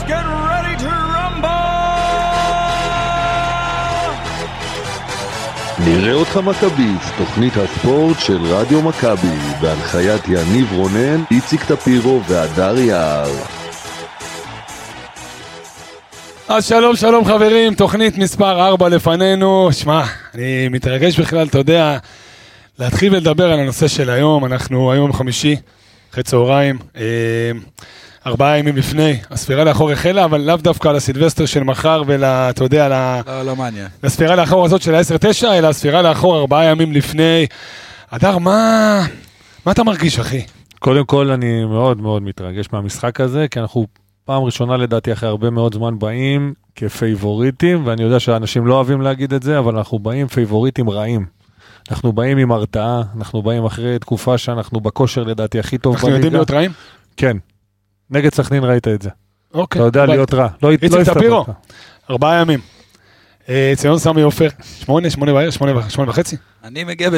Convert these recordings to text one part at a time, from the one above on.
get ready to rumble! נראה אותך מכביסט, תוכנית הספורט של רדיו מכבי, בהנחיית יניב רונן, איציק טפירו והדר יער. אז שלום חברים, תוכנית מספר 4 לפנינו. שמע, אני מתרגש בכלל, אתה יודע, להתחיל ולדבר על הנושא של היום. אנחנו היום חמישי, אחרי צהריים, 4 ימים לפני, הספירה לאחור החלה, אבל לאו דווקא לסילבסטר של מחר אתה יודע, לא מעניין. לספירה לאחור הזאת של ה-10-9, אלא הספירה לאחור 4 ימים לפני. אדר, מה אתה מרגיש, אחי? קודם כל, אני מאוד מאוד מתרגש מהמשחק הזה, כי אנחנו פעם ראשונה לדעתי אחרי הרבה מאוד זמן באים כפייבוריטים, ואני יודע שאנשים לא אוהבים להגיד את זה, אבל אנחנו באים פייבוריטים רעים. אנחנו באים עם הרתעה, אנחנו באים אחרי תקופה שאנחנו בכושר לדעתי הכי טוב. אנחנו יודעים להיות רעים? כן. נגד סכנין ראית את זה. אוקיי. אתה יודע להיות רע. לא איציק טפירו, 4 ימים. ציון סמי עופר, 8 וחצי. אני מגיע ב3.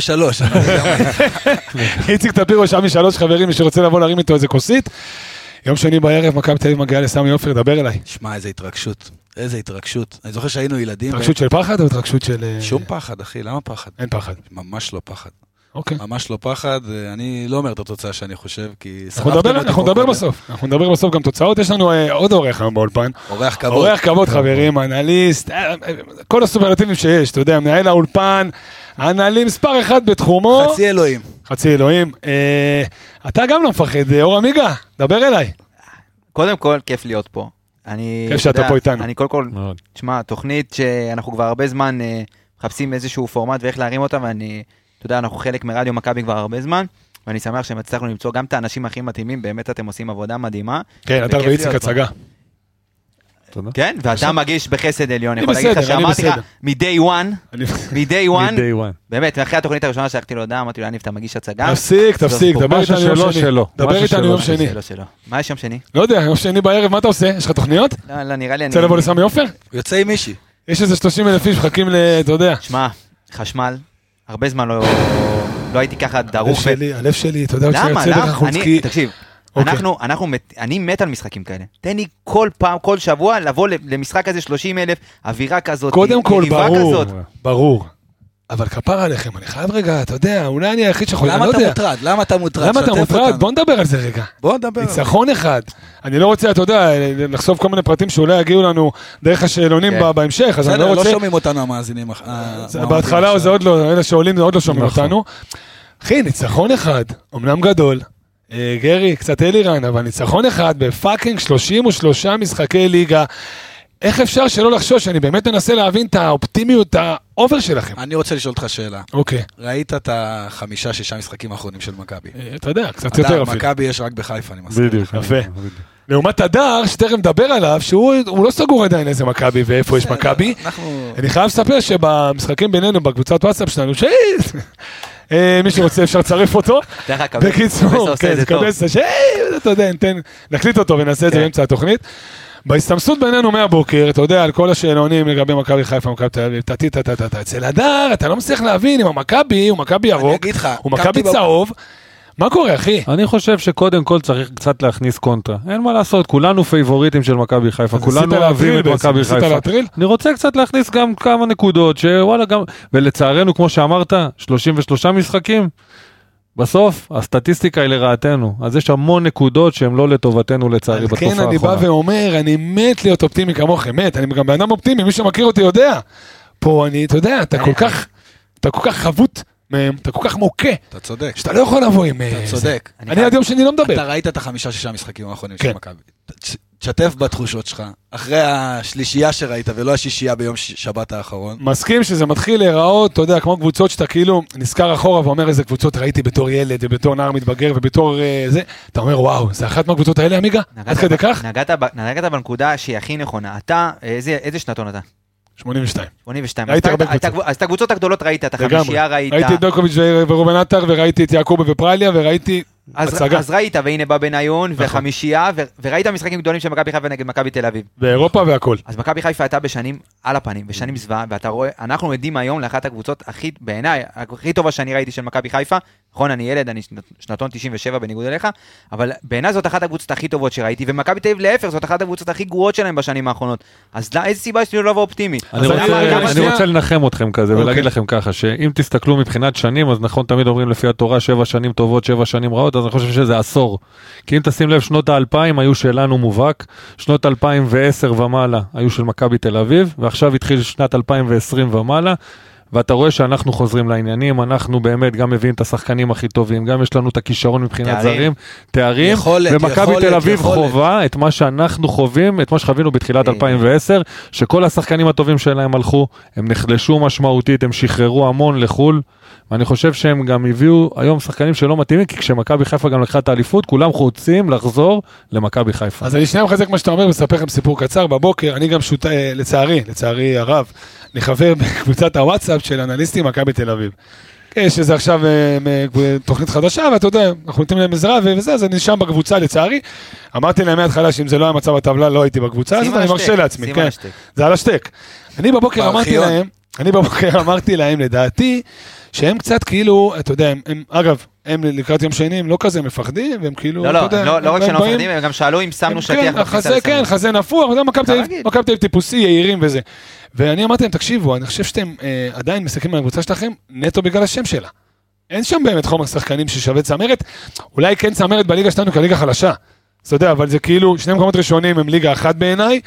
איציק טפירו, שם מ3 חברים, מי שרוצה לבוא להרים איתו איזה כוסית. יום שני בערב, מכבי תל אביב מגיעה לסמי עופר, דבר אליי. שמע, איזה התרגשות. אני זוכר שהיינו ילדים. התרגשות של פחד או התרגשות של... שום פחד, אחי, למה פחד? אין פחד. ממש לא פחד. אוקיי. ממש לא פחד, אני לא אומר את התוצאה שאני חושב, כי... אנחנו נדבר בסוף גם תוצאות, יש לנו עוד אורח היום באולפן. אורח כבוד חברים, אנליסט, כל הסופרלטיבים שיש, אתה יודע, מנהל האולפן, אנליסט מספר 1 בתחומו. חצי אלוהים. אתה גם לא מפחד, אור עמיגה, דבר אליי. קודם כל, כיף להיות פה. כיף שאתה פה איתנו. אני קודם כל, תשמע, תוכנית שאנחנו כבר הרבה זמן מחפשים איזשהו פורמט ואיך להרים אותה, ואני... אתה יודע, אנחנו חלק מרדיו מכבי כבר הרבה זמן, ואני שמח שמצליחנו למצוא גם את האנשים הכי מתאימים, באמת אתם עושים עבודה מדהימה. כן, אתה ואיציק הצגה. כן, ואתה מגיש בחסד עליון. אני יכול להגיד לך שאמרתי לך, מ-day one, באמת, מאחרי התוכנית הראשונה שהלכתי לו הודעה, אמרתי לו, אתה מגיש הצגה. תפסיק, דבר איתנו יום שני. מה יש יום שני? לא יודע, יום שני בערב, מה אתה עושה? יש לך תוכניות? לא, נראה לי... רוצה לבוא לסמי עופר? יוצא עם מישהי. יש איזה 30,000 איש מחכים אתה יודע. שמע, חשמל. הרבה זמן לא הייתי ככה דרוך. הלב שלי, אתה יודע, למה? תקשיב, אני מת על משחקים כאלה. תן לי כל שבוע לבוא למשחק הזה 30,000, אווירה כזאת, קודם כל, ברור. אבל כפר עליכם, אני חייב רגע, אתה יודע, אולי אני היחיד שיכול, למה אתה מוטרד? בוא נדבר על זה רגע. ניצחון אחד. אני לא רוצה, אתה יודע, לחשוף כל מיני פרטים שאולי יגיעו לנו דרך השאלונים בהמשך, אז אני לא רוצה... לא שומעים אותנו המאזינים. בהתחלה זה עוד לא, אלה שעולים זה עוד לא שומעים אותנו. אחי, ניצחון אחד, אמנם גדול, גרי, קצת אלירן, אבל ניצחון אחד בפאקינג 33 משחקי ליגה, איך אפשר שלא לחשוש? אני באמת מנסה להבין את האופטימיות, האובר שלכם. אני רוצה לשאול אותך שאלה. אוקיי. ראית את 5-6 משחקים האחרונים של מכבי? אתה יודע, קצת יותר אפילו. מכבי יש רק בחיפה, אני מסכים. בדיוק, יפה. לעומת הדר, שתכף מדבר עליו, שהוא לא סגור עדיין איזה מכבי ואיפה יש מכבי. אני חייב לספר שבמשחקים בינינו, בקבוצת וואטסאפ שלנו, מי שרוצה אפשר לצרף אותו. בקיצור, כן, קבס, אתה יודע, נקליט אותו ונעשה את זה באמצע התוכנית. בהסתמסות בינינו מהבוקר, אתה יודע, על כל השאלונים לגבי מכבי חיפה, מכבי תל אביב, אצל הדר, אתה לא מצליח להבין אם המכבי הוא מכבי ירוק, הוא מכבי צהוב, מה קורה, אחי? אני חושב שקודם כל צריך קצת להכניס קונטרה. אין מה לעשות, כולנו פייבוריטים של מכבי חיפה, כולנו אוהבים את מכבי חיפה. אני רוצה קצת להכניס גם כמה נקודות, שוואלה גם, ולצערנו, כמו שאמרת, 33 משחקים, בסוף, הסטטיסטיקה היא לרעתנו. אז יש המון נקודות שהן לא לטובתנו לצערי בתקופה האחרונה. כן, אני בא ואומר, אני מת להיות אופטימי כמוכם, מת. אני גם באדם אופטימי, מי שמכיר אותי יודע. פה אני, אתה יודע, אתה כל כך חבוט מהם, אתה כל כך מוקה. אתה צודק. שאתה לא יכול לבוא עם... אתה צודק. אני עד יום שני לא מדבר. אתה ראית את 5-6 משחקים האחרונים של מכבי. תשתף בתחושות שלך, אחרי השלישייה שראית, ולא השישייה ביום שבת האחרון. מסכים שזה מתחיל להיראות, אתה יודע, כמו קבוצות שאתה כאילו נזכר אחורה ואומר איזה קבוצות ראיתי בתור ילד, ובתור נער מתבגר, ובתור זה, אתה אומר וואו, זה אחת מהקבוצות האלה, עמיגה? עד כדי כך? נגעת בנקודה שהיא הכי נכונה. אתה, איזה שנתון אתה? 82. ראיתי הרבה קבוצות. אז את הקבוצות הגדולות ראית, את החמישייה ראית. ראיתי את דוקוביץ' ורובן עטר, וראיתי את יעקוב ופרליה, וראיתי הצגה. אז ראית, והנה בא בניון, וחמישייה, וראית משחקים גדולים של מכבי חיפה נגד מכבי תל אביב. באירופה והכל. אז מכבי חיפה הייתה בשנים על הפנים, בשנים זוועה, ואתה רואה, אנחנו עדים היום לאחת הקבוצות הכי, בעיניי, הכי טובה שאני ראיתי של מכבי חיפה, נכון, אני ילד, אני שנתון 97 בניגוד אליך, אבל בעיניי זאת אחת הקבוצות הכי טובות שראיתי, ומכבי תל אביב להפך, זאת אחת הקבוצות הכי גרועות שלהם בשנים האחרונות. אז איזה סיבה יש לי לא לבוא אופטימי? אני רוצה לנחם אתכם כזה, ולהגיד לכם ככה, שאם תסתכלו מבחינת שנים, אז נכון, תמיד אומרים לפי התורה 7 שנים טובות, 7 שנים רעות, אז אני חושב שזה עשור. כי אם תשים לב, שנות ה-2000 היו שלנו מובהק, שנות 2010 ומעלה היו של מכבי תל אביב, ועכשיו התחיל שנת 2020 ומעלה, ואתה רואה שאנחנו חוזרים לעניינים, אנחנו באמת גם מביאים את השחקנים הכי טובים, גם יש לנו את הכישרון מבחינת זרים, תארים, ומכבי תל אביב חובה את מה שאנחנו חווים, את מה שחווינו בתחילת 2010, שכל השחקנים הטובים שלהם הלכו, הם נחלשו משמעותית, הם שחררו המון לחול, ואני חושב שהם גם הביאו היום שחקנים שלא מתאימים, כי כשמכבי חיפה גם לקחה את האליפות, כולם רוצים לחזור למכבי חיפה. אז אני שנייה מחזק מה שאתה אומר, מספר לכם סיפור קצר, בבוקר, אני גם לצערי הרב, אני חבר בקבוצת הוואטסאפ של אנליסטים מכבי תל אביב. יש איזה עכשיו תוכנית חדשה, ואתה יודע, אנחנו נותנים להם עזרה וזה, אז אני שם בקבוצה לצערי. אמרתי להם מההתחלה שאם זה לא היה מצב הטבלה, לא הייתי בקבוצה, אז אני מרשה לעצמי, כן. זה על השטק. אני בבוקר אמרתי להם, לדעתי, שהם קצת כאילו, אתה יודע, הם לקראת יום שני, הם לא כזה מפחדים, והם כאילו, לא רק שלא מפחדים, הם גם שאלו אם שמנו שטיח בכניסה. כן, חזה נפוח, מכבי תל אביב טיפוסי, יעירים וזה. ואני אמרתי להם, תקשיבו, אני חושב שאתם עדיין מסתכלים על הקבוצה שלכם, נטו בגלל השם שלה. אין שם באמת חומר שחקנים ששווה צמרת, אולי כן צמרת בליגה שלנו כליגה חלשה. אתה יודע, אבל זה כאילו, שני מקומות ראשונים הם ליגה אחת בעיניי,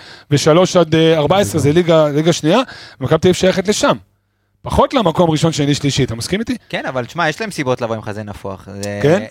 ו3-14 זה ליגה שנייה, ומכבי תל אביב שייכת לשם. פחות למקום ראשון, שני, שלישי, אתה מסכים איתי? כן, אבל תשמע, יש להם סיבות לבוא עם חזה נפוח. כן?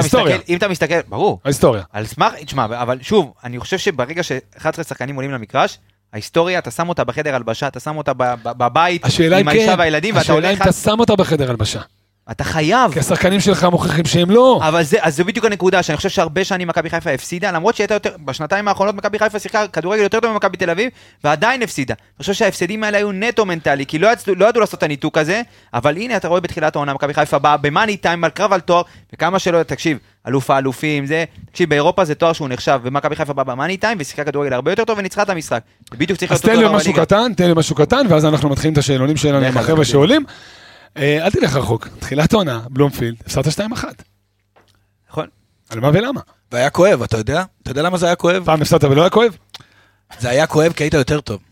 אם אתה מסתכל, ברור. ההיסטוריה. תשמע, אבל שוב, אני חושב שברגע ש11 שחקנים עולים למגרש, ההיסטוריה, אתה שם אותה בחדר הלבשה, אתה שם אותה בבית, עם האישה והילדים, ואתה הולך... השאלה אם אתה שם אותה בחדר הלבשה. אתה חייב. כי השחקנים שלך מוכיחים שהם לא. אבל זה בדיוק הנקודה, שאני חושב שהרבה שנים מכבי חיפה הפסידה, למרות שהייתה יותר, בשנתיים האחרונות מכבי חיפה שיחקה כדורגל יותר טוב ממכבי תל אביב, ועדיין הפסידה. אני חושב שההפסדים האלה היו נטו מנטלי, כי לא ידעו לעשות את הניתוק הזה, אבל הנה אתה רואה בתחילת העונה, מכבי חיפה באה במאני טיים, על קרב על תואר, וכמה שלא, תקשיב, אלוף האלופים, זה, תקשיב, באירופה זה תואר שהוא נחשב, ומכבי חיפה באה במאני טיים, ושיחקה כדורגל הרבה יותר טוב וניצחה את המשחק. בדיוק צריך אז תן לי משהו קטן, ואז אנחנו מתחילים את השאלונים שלנו עם החבר'ה שעולים. אל תלך רחוק, תחילת עונה, בלומפילד, הפסדת 2-1. נכון. על מה ולמה? והיה כואב, אתה יודע? אתה יודע למה זה היה כואב? פעם הפסדת ולא היה כואב? זה היה כואב כי היית יותר טוב.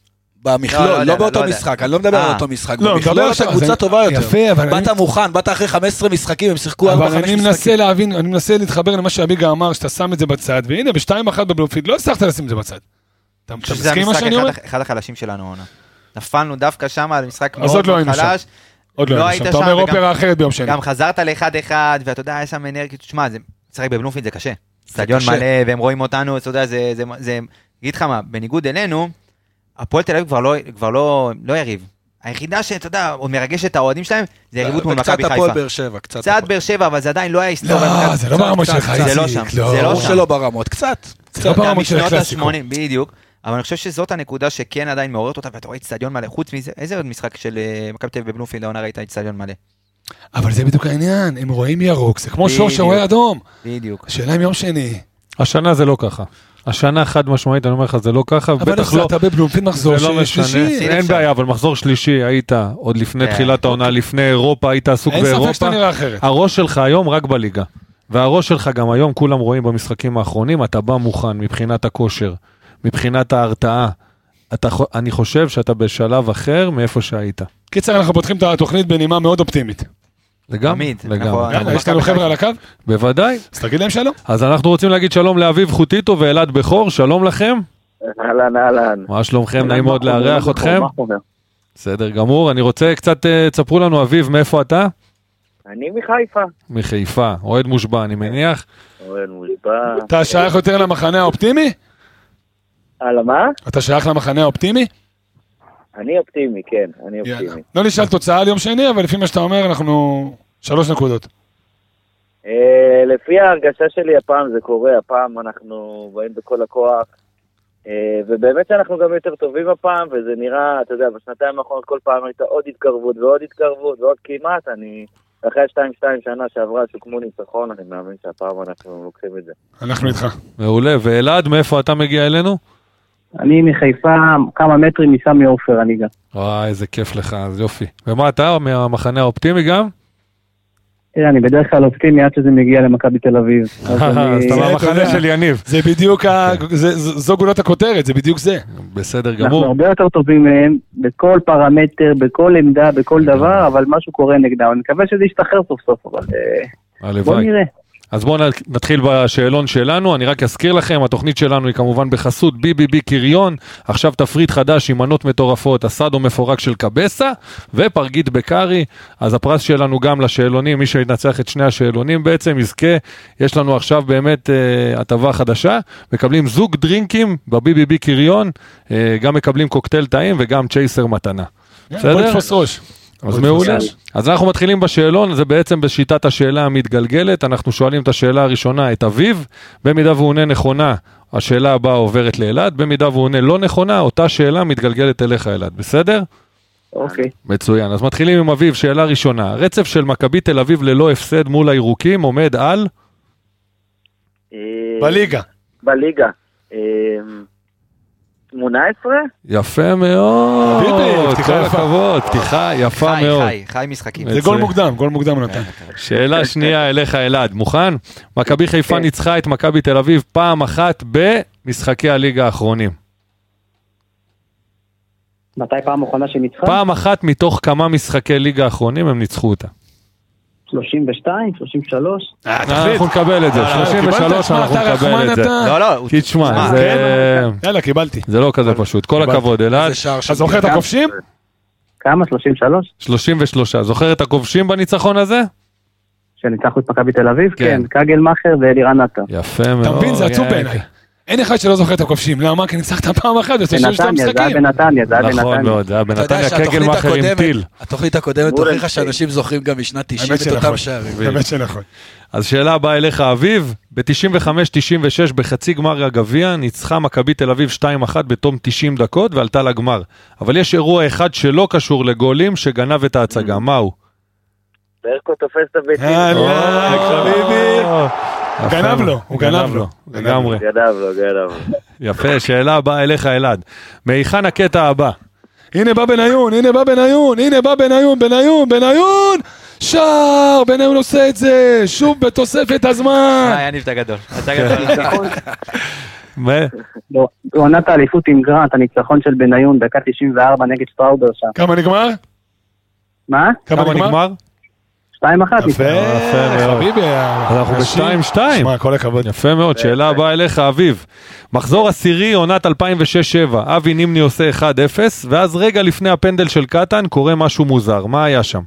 במכלול, לא באותו משחק, אני לא מדבר על אותו משחק. במכלול אתה קבוצה טובה יותר. באת מוכן, באת אחרי 15 משחקים, הם שיחקו 4-5 משחקים. אבל אני מנסה להבין, אני מנסה להתחבר למה שאביגה אמר, שאתה שם את זה בצד, והנה, ב2-1 בבלומפילד, לא הצלחת לשים את זה בצד. אתה מסכים מה שאני אומר? אחד החלשים שלנו, נפלנו דווקא שם על משחק מאוד חלש. עוד לא היית שם. אתה אומר אופרה אחרת ביום שני. גם חזרת ל1-1, ואתה יודע, יש שם אנרגיה, תשמע, לשחק בבלומפילד זה קשה. סטדיון מלא, והם רואים אותנו, אתה יודע, זה, אגיד לך מה, בניגוד אלינו, הפועל תל אביב כבר לא יריב. היחידה שאתה יודע, עוד מרגש את האוהדים שלהם, זה יריבות מול מכבי חיפה. קצת הפועל באר שבע, קצת באר שבע, אבל זה עדיין לא היה היסטוריה. לא, זה לא ברמות שלך, זה לא שם. זה לא שם. שלא ברמות, קצת. זה לא ברמות של הקלאסיקו. בדיוק. אבל אני חושב שזאת הנקודה שכן עדיין מעוררת אותה, ואתה רואה אצטדיון מלא. חוץ מזה, איזה עוד משחק של מכבי תל אביב בבלומפילד, העונה ראית אצטדיון מלא. אבל זה בדיוק העניין, הם רואים ירוק, זה כמו שור שרואה אדום. בדיוק. השאלה עם יום שני. השנה זה לא ככה. השנה חד משמעית, אני אומר לך, זה לא ככה. אבל אתה בבלומפילד מחזור שלישי. אין בעיה, אבל מחזור שלישי היית עוד לפני תחילת העונה, לפני אירופה, היית עסוק באירופה. אין ספק שאתה נראה אחרת. הראש שלך היום רק בליגה. והראש שלך גם היום, כולם רואים במשחקים האחרונים, אתה בא מוכן מבחינת הכושר, מבחינת ההרתעה. אני חושב שאתה בשלב אחר מאיפה שהיית. קיצר, אנחנו פותחים את התוכנית בנימה מאוד אופטימית. לגמרי. יש לנו חבר'ה על הקו? בוודאי. אז תגיד להם שלום. אז אנחנו רוצים להגיד שלום לאביב חוטיטו ואלעד בכור, שלום לכם. אהלן. מה שלומכם? נעים מאוד לארח אתכם. בסדר גמור, אני רוצה קצת, תספרו לנו אביב, מאיפה אתה? אני מחיפה. מחיפה, אוהד מושבע אני מניח. אוהד מושבע. אתה שייך יותר למחנה האופטימי? על מה? אתה שייך למחנה האופטימי? אני אופטימי, כן, אני אופטימי. לא נשאל תוצאה על יום שני, אבל לפי מה שאתה אומר, אנחנו 3 נקודות. לפי ההרגשה שלי, הפעם זה קורה, הפעם אנחנו באים בכל הכוח, ובאמת שאנחנו גם יותר טובים הפעם, וזה נראה, אתה יודע, בשנתיים האחרונות כל פעם הייתה עוד התקרבות ועוד התקרבות ועוד כמעט, אחרי 2-2 שנה שעברה שוקמו ניצחון, אני מאמין שהפעם אנחנו לוקחים את זה. אנחנו איתך. מעולה, ואלעד, מאיפה אתה מגיע אלינו? אני מחיפה, כמה מטרים מסמי עופר, אני גם. איזה כיף לך, אז יופי. ומה אתה, מהמחנה האופטימי גם? תראה, אני בדרך כלל אופטימי עד שזה מגיע למכבי תל אביב. אז אתה במחנה של יניב. זה בדיוק, זו גולות הכותרת, זה בדיוק זה. בסדר גמור. אנחנו הרבה יותר טובים מהם, בכל פרמטר, בכל עמדה, בכל דבר, אבל משהו קורה נגדם. אני מקווה שזה ישתחרר סוף סוף, אבל בוא נראה. אז בואו נתחיל בשאלון שלנו, אני רק אזכיר לכם, התוכנית שלנו היא כמובן בחסות BBB קריון, עכשיו תפריט חדש עם מנות מטורפות, הסאדו מפורק של קבסה, ופרגית בקרי, אז הפרס שלנו גם לשאלונים, מי שינצח את שני השאלונים בעצם יזכה, יש לנו עכשיו באמת הטבה חדשה, מקבלים זוג דרינקים ב-BBB קריון, גם מקבלים קוקטייל טעים וגם צ'ייסר מתנה. בסדר? בוא נתפוס ראש. אז מעולה. אז אנחנו מתחילים בשאלון, זה בעצם בשיטת השאלה המתגלגלת, אנחנו שואלים את השאלה הראשונה את אביב, במידה והוא עונה נכונה, השאלה הבאה עוברת לאלעד, במידה והוא עונה לא נכונה, אותה שאלה מתגלגלת אליך אלעד, בסדר? אוקיי. מצוין, אז מתחילים עם אביב, שאלה ראשונה, רצף של מכבי תל אביב ללא הפסד מול הירוקים עומד על? בליגה. 18? יפה מאוד, כל הכבוד, פתיחה יפה מאוד. חי משחקים. זה גול מוקדם נתן. שאלה שנייה אליך אלעד, מוכן? מכבי חיפה ניצחה את מכבי תל אביב פעם אחת במשחקי הליגה האחרונים. מתי פעם אחרונה שניצחה? פעם אחת מתוך כמה משחקי ליגה האחרונים הם ניצחו אותה. 32, 33. אנחנו נקבל את זה, 33 אנחנו נקבל את זה. לא, כי תשמע, יאללה, קיבלתי. זה לא כזה פשוט, כל הכבוד אלעד. אז זוכר את הכובשים? כמה? 33? 33, זוכר את הכובשים בניצחון הזה? שניצחו את מכבי תל אביב? כן, קגל מאחר ואלירן עטר. יפה מאוד. אתה מבין, זה עצוב בעיניי. אין אחד שלא זוכר את הכובשים, למה? כי ניצחת פעם אחת, זה שלושת המשחקים. זה היה בנתניה. נכון מאוד, זה היה בנתניה, קגל מאחר עם טיל. התוכנית הקודמת הוכיחה שאנשים זוכרים גם משנת 90 את אותם שערים. באמת שנכון. אז שאלה הבאה אליך אביב, ב-95-96 בחצי גמר הגביע ניצחה מכבי תל אביב 2-1 בתום 90 דקות ועלתה לגמר. אבל יש אירוע אחד שלא קשור לגולים שגנב את ההצגה, מהו? ברקו תופס את הביצים. חביבי. הוא גנב לו. לגמרי. גנב לו. יפה, שאלה הבאה אליך אלעד. מהיכן הקטע הבא? הנה בא בניון, שער, בניון עושה את זה, שוב בתוספת הזמן. יניב אתה גדול. עונת האליפות עם גרנט, הניצחון של בניון, דקה 94 נגד סטראובר שם. כמה נגמר? מה? כמה נגמר? 2-1. יפה, חביבי. אנחנו ב-2-2. שמע, כל הכבוד. יפה מאוד, שאלה הבאה אליך אביב. מחזור עשירי, עונת 2006-2007, אבי נימני עושה 1-0, ואז רגע לפני הפנדל של קטן קורה משהו מוזר. מה היה שם?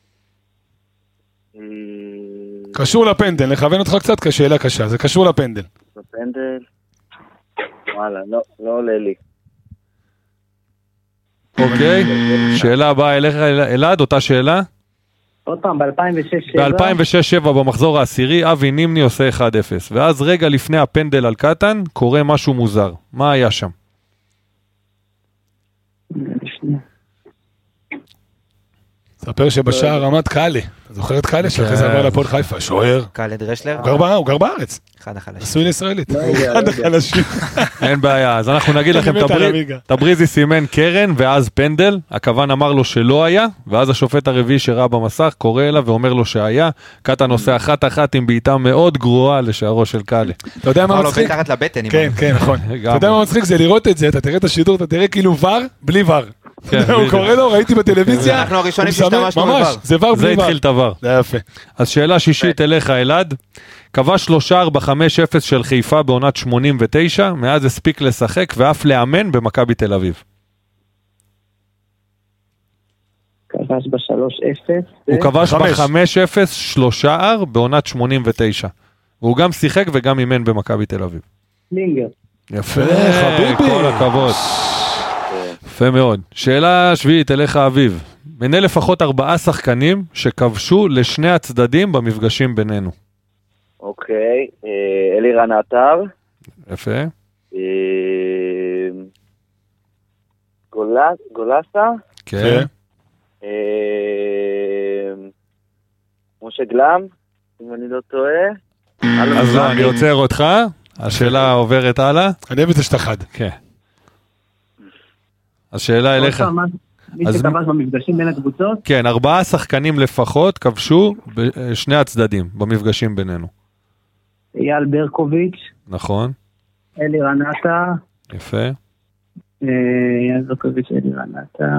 קשור לפנדל, נכוון אותך קצת כשאלה קשה, זה קשור לפנדל. לפנדל? וואלה, לא עולה לי. אוקיי, שאלה הבאה אליך אלעד, אותה שאלה? עוד פעם, ב-2006-2007. ב-2006-2007 במחזור העשירי, אבי נימני עושה 1-0, ואז רגע לפני הפנדל על קטן קורה משהו מוזר. מה היה שם? ספר שבשער עמד קאלי. אתה זוכר את קאלי שאחרי זה עבר לפועל חיפה? שוער. קאלי דרשלר? הוא גר בארץ. אחד החלשים. עשוי לישראלית. אחד החלשים. אין בעיה, אז אנחנו נגיד לכם, תבריזי סימן קרן ואז פנדל, הכוון אמר לו שלא היה, ואז השופט הרביעי שראה במסך קורא אליו ואומר לו שהיה, קטן עושה 1-1 עם בעיטה מאוד גרועה לשערו של קאלי. אתה יודע מה מצחיק? כן, נכון. אתה יודע מה מצחיק? זה לראות את זה, אתה תראה את השידור, אתה תראה כאילו ור, בלי ור. הוא קורא לו, ראיתי בטלוויזיה. אנחנו הראשונים שהשתמשנו בבר. זה ור בלי ור. זה התחיל את הבר. זה יפה. אז שאלה שישית אליך אלעד, כבש 3 ב-5-0 של חיפה בעונת 89, מאז הספיק לשחק ואף לאמן במכבי תל אביב. כבש ב-3-0. הוא כבש ב-5-0 3 בעונת 89. והוא גם שיחק וגם אימן במכבי תל אביב. לינגר. יפה, חביבי. כל הכבוד. יפה מאוד. שאלה שביעית אליך אביב. מנה לפחות 4 שחקנים שכבשו לשני הצדדים במפגשים בינינו. אוקיי, אלירן עטר. יפה. גולסה. כן. משה גלם, אם אני לא טועה. אז לא, אני עוצר אותך. השאלה עוברת הלאה. אני אוהב את זה שאתה חד. כן. השאלה אליך. מי שכבש במפגשים בין הקבוצות? כן, 4 שחקנים לפחות כבשו בשני הצדדים, במפגשים בינינו. אייל ברקוביץ'. נכון. אלי רנטה. יפה. אייל ברקוביץ', אלי רנטה.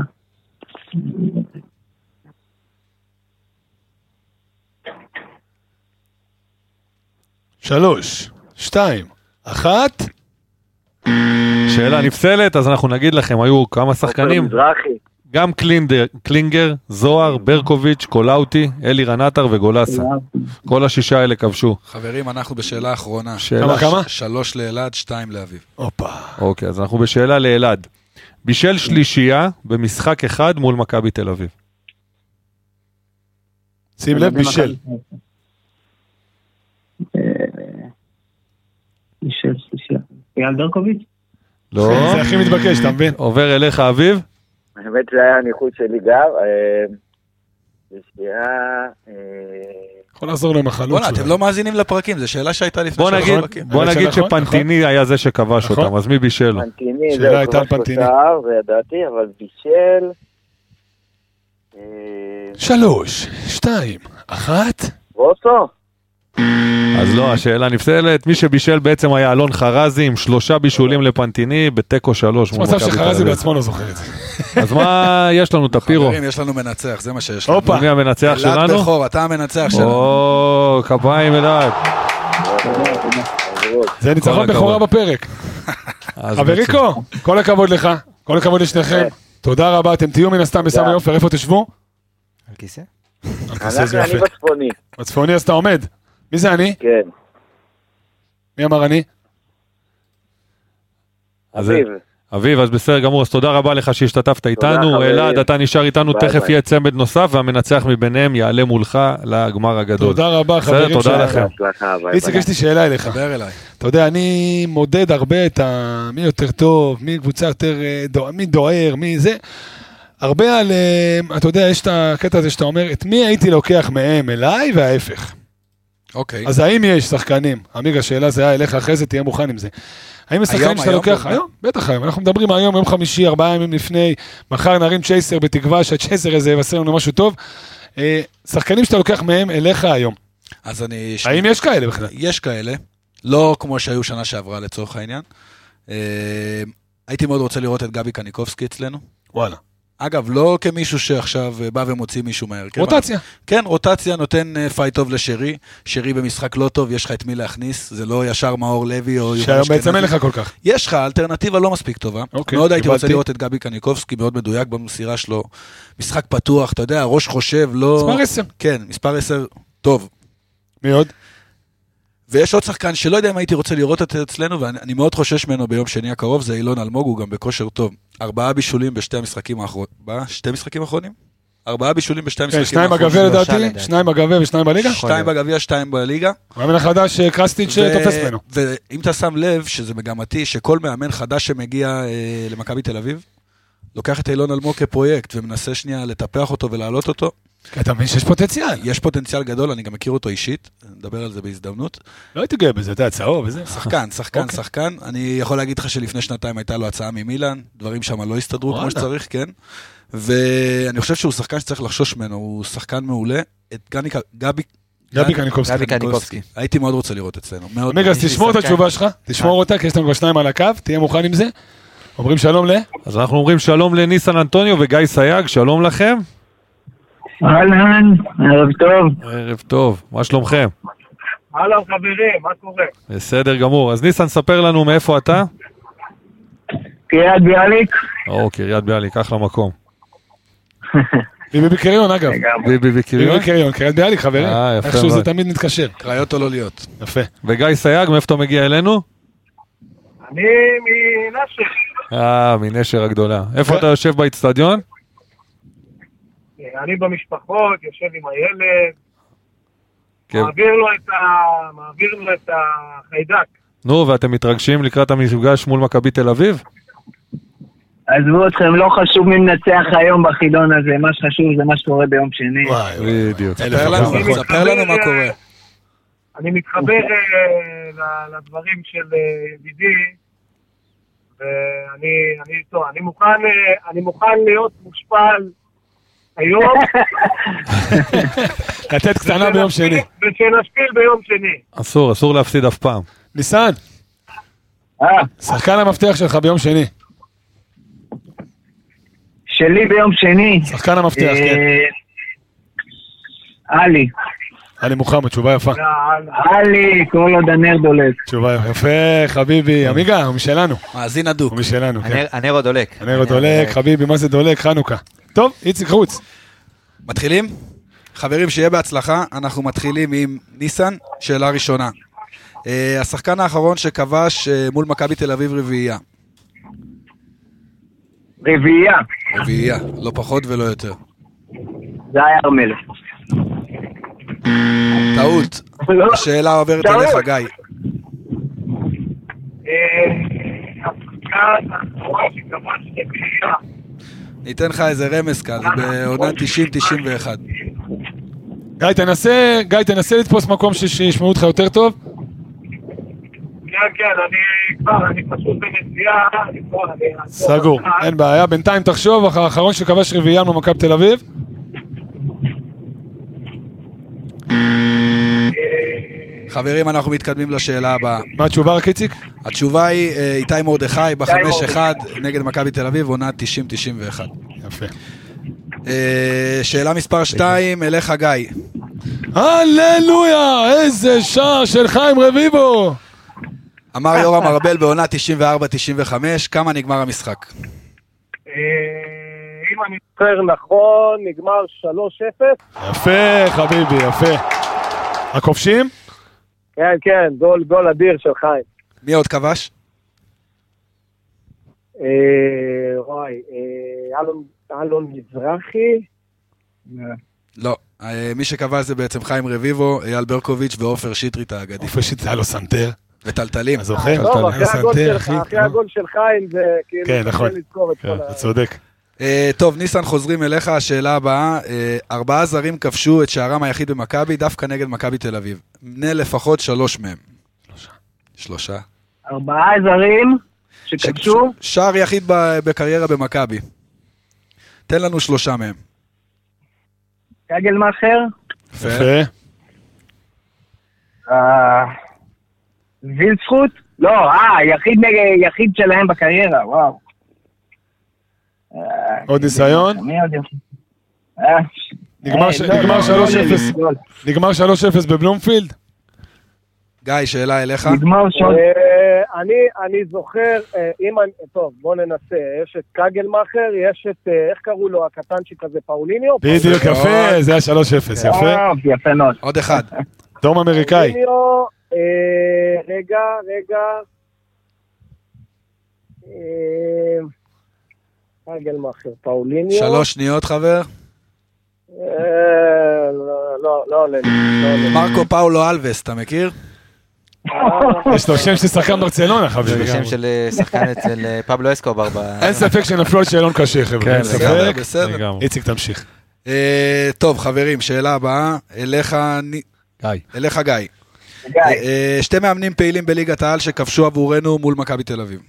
3, 2, 1. שאלה נפסלת, אז אנחנו נגיד לכם, היו כמה שחקנים. גם קלינגר, זוהר, ברקוביץ', קולאוטי, אלי רנטר וגולסה. כל 6 האלה כבשו. חברים, אנחנו בשאלה האחרונה. כמה? 3 לאלעד, 2 לאביב. אוקיי, אז אנחנו בשאלה לאלעד. בישל שלישייה במשחק אחד מול מכבי תל אביב. שים לב, בישל. בישל שלישייה. אייל ברקוביץ'? לא. זה הכי מתבקש, אתה מבין? עובר אליך, אביב? האמת זה היה הניחוש שלי גר. יכול לעזור להם החלוץ. בוא'נה, אתם לא מאזינים לפרקים, זו שאלה שהייתה לפני שלוש פרקים. בוא נגיד שפנטיני היה זה שכבש אותם, אז מי בישל? פנטיני, זה היה פנטיני. זה ידעתי, אבל בישל... 3, 2, 1. רוסו? אז לא, השאלה נפסלת. מי שבישל בעצם היה אלון חרזי עם 3 בישולים לפנטיני בתיקו 3. מצב שחרזי בעצמו לא זוכר את זה. אז מה יש לנו, טפירו? חברים, יש לנו מנצח, זה מה שיש לנו. מי המנצח שלנו? אלעד בכור, אתה המנצח שלנו. או, כפיים אלעד. זה ניצחון בכורה בפרק. חבריקו, כל הכבוד לך, כל הכבוד לשניכם. תודה רבה, אתם תהיו מן הסתם בסמי עופר, איפה תשבו? על כיסא? אני בצפוני. בצפוני אז אתה עומד. מי זה אני? כן. מי אמר אני? אביב, אז בסדר גמור, אז תודה רבה לך שהשתתפת איתנו. אלעד, אתה נשאר איתנו, תכף יהיה צמד נוסף, והמנצח מביניהם יעלה מולך לגמר הגדול. תודה רבה חברים. תודה לכם. איציק, יש לי שאלה אליך. דבר אליי. אתה יודע, אני מודד הרבה את מי יותר טוב, מי קבוצה יותר, מי דואר, מי זה. הרבה על, אתה יודע, יש את הקטע הזה שאתה אומר, את מי הייתי לוקח מהם אליי וההפך. אוקיי. אז האם יש שחקנים? עמיג, השאלה זה היה אליך אחרי זה, תהיה מוכן עם זה. האם השחקנים שאתה לוקח היום? בטח היום, אנחנו מדברים היום, יום חמישי, 4 ימים לפני, מחר נרים צ'ייסר בתקווה שהצ'ייסר הזה יבשר לנו משהו טוב. שחקנים שאתה לוקח מהם אליך היום. אז אני... האם יש כאלה בכלל? יש כאלה, לא כמו שהיו שנה שעברה לצורך העניין. הייתי מאוד רוצה לראות את גבי קניקובסקי אצלנו. וואלה. אגב, לא כמישהו שעכשיו בא ומוציא מישהו מהר. רוטציה. כן, רוטציה נותן פייט טוב לשרי. שרי במשחק לא טוב, יש לך את מי להכניס. זה לא ישר מאור לוי או... שהיום בעצם אין לך כל כך. יש לך, אלטרנטיבה לא מספיק טובה. מאוד הייתי רוצה לראות את גבי קניקובסקי, מאוד מדויק במסירה שלו. משחק פתוח, אתה יודע, ראש חושב, לא... מספר 10. כן, מספר 10, טוב. מי עוד? ויש עוד שחקן שלא יודע אם הייתי רוצה לראות את אצלנו, ואני מאוד חושש ממנו ביום שני הקרוב, זה אילון אלמוג, הוא גם בכושר טוב. 4 בישולים בשתי המשחקים האחרונים. 2 משחקים האחרונים? 4 בישולים בשתי המשחקים האחרונים. 2 בגביע לדעתי, 2 בגביע ו2 בליגה? 2 בגביע, 2 בליגה. מאמן החדש קרסטיץ' תופס ממנו. ואם אתה שם לב שזה מגמתי, שכל מאמן חדש שמגיע למכבי תל אביב, לוקח את אילון אלמוג כפרויקט, ומנסה שנייה לטפח אותו ולהעלות אותו. אתה מבין שיש פוטנציאל. יש פוטנציאל גדול, אני גם מכיר אותו אישית, נדבר על זה בהזדמנות. לא הייתי גאה בזה, אתה צהוב וזה. שחקן. אני יכול להגיד לך שלפני 2 הייתה לו הצעה ממילן, דברים שם לא הסתדרו כמו שצריך, כן. ואני חושב שהוא שחקן שצריך לחשוש ממנו, הוא שחקן מעולה. את גבי קניקובסקי. הייתי מאוד רוצה לראות אצלנו. מגה, אז תשמור את התשובה שלך, תשמור אותה, כי יש לנו כבר 2 על הקו, תהיה מוכן עם זה. אומרים שלום אז אנחנו אומרים שלום לניסן אנטוניו וגיא סייג, שלום לכם. אהלן, ערב טוב. ערב טוב, מה שלומכם? הלו חברים, מה קורה? בסדר גמור, אז ניסן ספר לנו מאיפה אתה? קריית ביאליק. קריית ביאליק, אחלה מקום. ביבי בקריון אגב. ביבי בקריון? קריית ביאליק חברים. איכשהו זה תמיד מתקשר. קריות או לא להיות. יפה. וגיא סייג, מאיפה אתה מגיע אלינו? אני מנשר. מנשר הגדולה. איפה אתה יושב באצטדיון? אני במשפחות, יושב עם הילד, מעביר לו את החיידק. נו, ואתם מתרגשים לקראת המפגש מול מכבי תל אביב? עזבו אתכם, לא חשוב מי מנצח היום בחידון הזה, מה שחשוב זה מה שקורה ביום שני. בדיוק. ספר לנו מה קורה. אני מתחבר לדברים של ידידי, ואני מוכן להיות מושפל היום. לתת קטנה ביום שני. ושנשפיל ביום שני. אסור להפסיד אף פעם. ניסן, שחקן המפתח שלך ביום שני. שלי ביום שני. שחקן המפתח, כן. עלי מוחמד, תשובה יפה. עלי, כל עוד הנר דולק. תשובה יפה, חביבי. עמיגה, הוא משלנו. מאזין הדוק. הוא משלנו, כן. הנר עוד דולק. הנר עוד דולק, חביבי, מה זה דולק? חנוכה. טוב, איציק חוץ. מתחילים? חברים, שיהיה בהצלחה. אנחנו מתחילים עם ניסן, שאלה ראשונה. השחקן האחרון שכבש מול מכבי תל אביב רביעייה. רביעייה, לא פחות ולא יותר. זה היה ארמל. טעות. השאלה עוברת אליך, גיא. השחקן האחרון שכבש רביעייה. ניתן לך איזה רמז כאן, בעונה 90-91. גיא, תנסה לתפוס מקום שישמעו אותך יותר טוב. כן, אני פשוט בנסיעה. סגור, אין בעיה. בינתיים תחשוב, האחרון שכבש רביעייה ממכבי תל אביב. חברים, אנחנו מתקדמים לשאלה הבאה. מה התשובה רק איציק? התשובה היא איתי מרדכי ב-5-1 נגד מכבי תל אביב, עונה 90-91. יפה. שאלה מספר 2, אליך גיא. הללויה, איזה שער של חיים רביבו. אמר יורם ארבל בעונה 94-95, כמה נגמר המשחק? אם אני זוכר נכון, נגמר 3-0. יפה, חביבי, יפה. הכובשים? כן, גול אדיר של חיים. מי עוד כבש? אלון מזרחי. לא, מי שכבש זה בעצם חיים רביבו, אייל ברקוביץ' ועופר שטרית האגדי. עופר שטרית היה לו סנטר. וטלטלים. אז זוכר? אחרי הגול של חיים זה כאילו... כן, נכון. אתה צודק. טוב, ניסן, חוזרים אליך, השאלה הבאה. 4 זרים כבשו את שערם היחיד במכבי, דווקא נגד מכבי תל אביב. מנה לפחות 3 מהם. 3. 4 זרים שכבשו? שער יחיד בקריירה במכבי. תן לנו 3 מהם. קגלמאכר? יפה. וילצחוט? לא, יחיד שלהם בקריירה, וואו. עוד ניסיון? נגמר 3-0 בבלומפילד? גיא, שאלה אליך. אני זוכר, טוב, בוא ננסה, יש את קגלמאכר, יש את, איך קראו לו, הקטנצ'יק הזה, פאוליניו? בדיוק, יפה, זה היה 3-0, יפה. יפה מאוד. עוד אחד. דום אמריקאי. רגע. קגלמאכר, פאוליניו. 3 שניות, חבר. לא, מרקו פאולו אלווס, אתה מכיר? יש לו שם של שחקן ברצלונה, חבר. יש לו שם של שחקן אצל פבלו אסקובר. אין ספק שנפלו על שאלון קשה, חבר'ה. אין ספק. בסדר. איציק, תמשיך. טוב, חברים, שאלה הבאה. אליך גיא. 2 מאמנים פעילים בליגת העל שכבשו עבורנו מול מכבי תל אביב.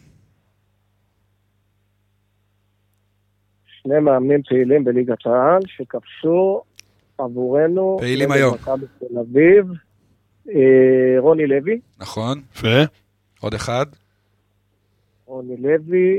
2 מאמנים פעילים בליגת העל שכבשו עבורנו פעילים היום. מכבי תל אביב. רוני לוי. נכון. עוד אחד. רוני לוי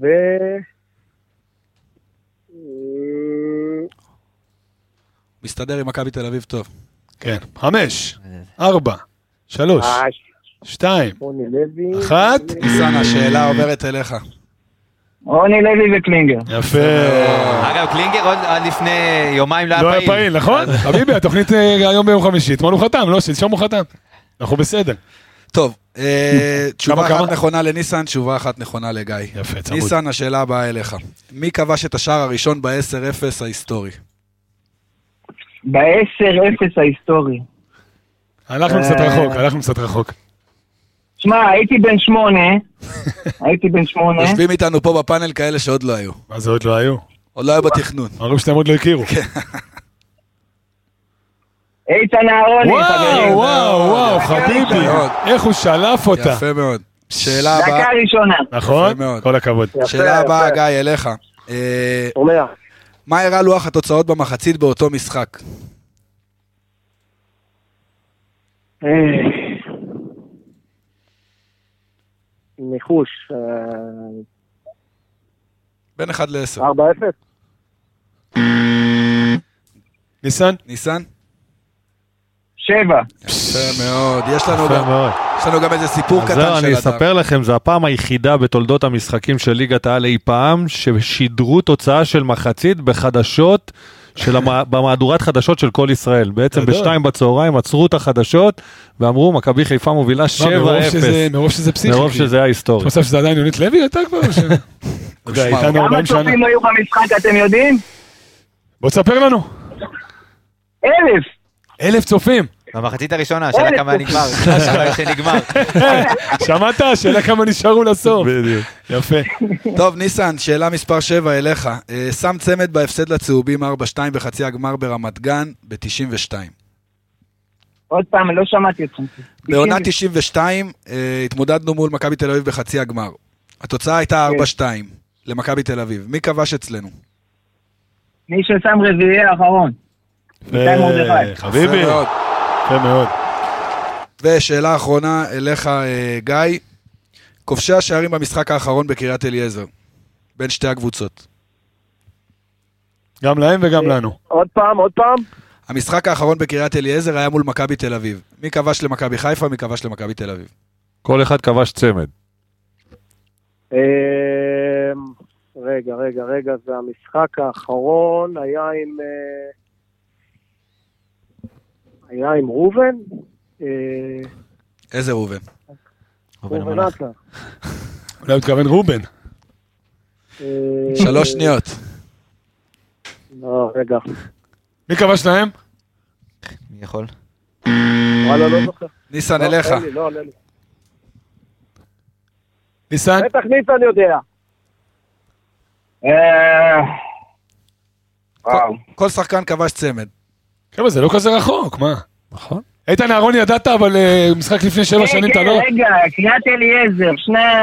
מסתדר עם מכבי תל אביב טוב. כן. 5, 4, 3, 2, 1. ניסן, השאלה עוברת אליך. רוני לוי וקלינגר. יפה. אגב, קלינגר עוד לפני יומיים לא היה פעיל. לא היה פעיל, נכון? חביבי, התוכנית היום ביום חמישי, אתמול הוא חתם, לא? שלשום הוא חתם. אנחנו בסדר. טוב, תשובה אחת נכונה לניסן, תשובה אחת נכונה לגיא. יפה, צמוד. ניסן, השאלה הבאה אליך. מי כבש את השער הראשון ב-10-0 ההיסטורי? ב-10-0 ההיסטורי. הלכנו קצת רחוק. שמע, הייתי בן 8. יושבים איתנו פה בפאנל כאלה שעוד לא היו. מה זה עוד לא היו? עוד לא היו בתכנון. אמרו שאתם עוד לא הכירו. איתן אהרוני, חברים. וואו, חביבי. איך הוא שלף אותה. יפה מאוד. שאלה הבאה. דקה ראשונה. נכון? כל הכבוד. שאלה הבאה, גיא, אליך. אומר. מה הראה לוח התוצאות במחצית באותו משחק? ניחוש. בין 1 ל-10. 4-0. ניסן? ניסן? 7. יפה מאוד. יש לנו גם איזה סיפור קטן של הדר. אני אספר לכם, זו הפעם היחידה בתולדות המשחקים של ליגת העל אי פעם, ששידרו תוצאה של מחצית בחדשות, במהדורת חדשות של כל ישראל. בעצם ב2 בצהריים עצרו את החדשות, ואמרו, מכבי חיפה מובילה 7-0. מרוב שזה פסיכי. מרוב שזה היה היסטורי. אתה חושב שזה עדיין יונית לוי הייתה כבר? כמה צופים היו במשחק, אתם יודעים? בוא תספר לנו. 1,000. 1,000 צופים. במחצית הראשונה, שאלה כמה נגמר. שנגמר. שמעת? שאלה כמה נשארו לסוף. בדיוק. יפה. טוב, ניסן, שאלה מספר 7 אליך. שם צמד בהפסד לצהובים 4-2 בחצי הגמר ברמת גן ב-92. עוד פעם, לא שמעתי אתכם. בעונה 92 התמודדנו מול מכבי תל אביב בחצי הגמר. התוצאה הייתה 4-2 למכבי תל אביב. מי כבש אצלנו? מי ששם רביעי האחרון. חביבי. יפה מאוד. ושאלה אחרונה אליך, גיא. כובשי השערים במשחק האחרון בקריית אליעזר. בין שתי הקבוצות. גם להם וגם לנו. עוד פעם. המשחק האחרון בקריית אליעזר היה מול מכבי תל אביב. מי כבש למכבי חיפה, מי כבש למכבי תל אביב? כל אחד כבש צמד. רגע, זה המשחק האחרון, היה עם רובן? איזה רובן? רובן עטה. אולי הוא התכוון רובן. 3 שניות. לא, רגע. מי כבש להם? מי יכול? וואלה, לא זוכר. ניסן, אליך. לא. ניסן? בטח ניסן יודע. כל שחקן כבש צמד. כמה זה לא כזה רחוק, מה? נכון. איתן אהרון ידעת, אבל משחק לפני 7 שנים אתה לא... רגע, קריית אליעזר,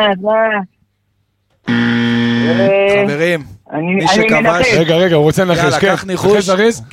חברים, מי שכבש... רגע, הוא רוצה לנחש, כן. קח ניחוש.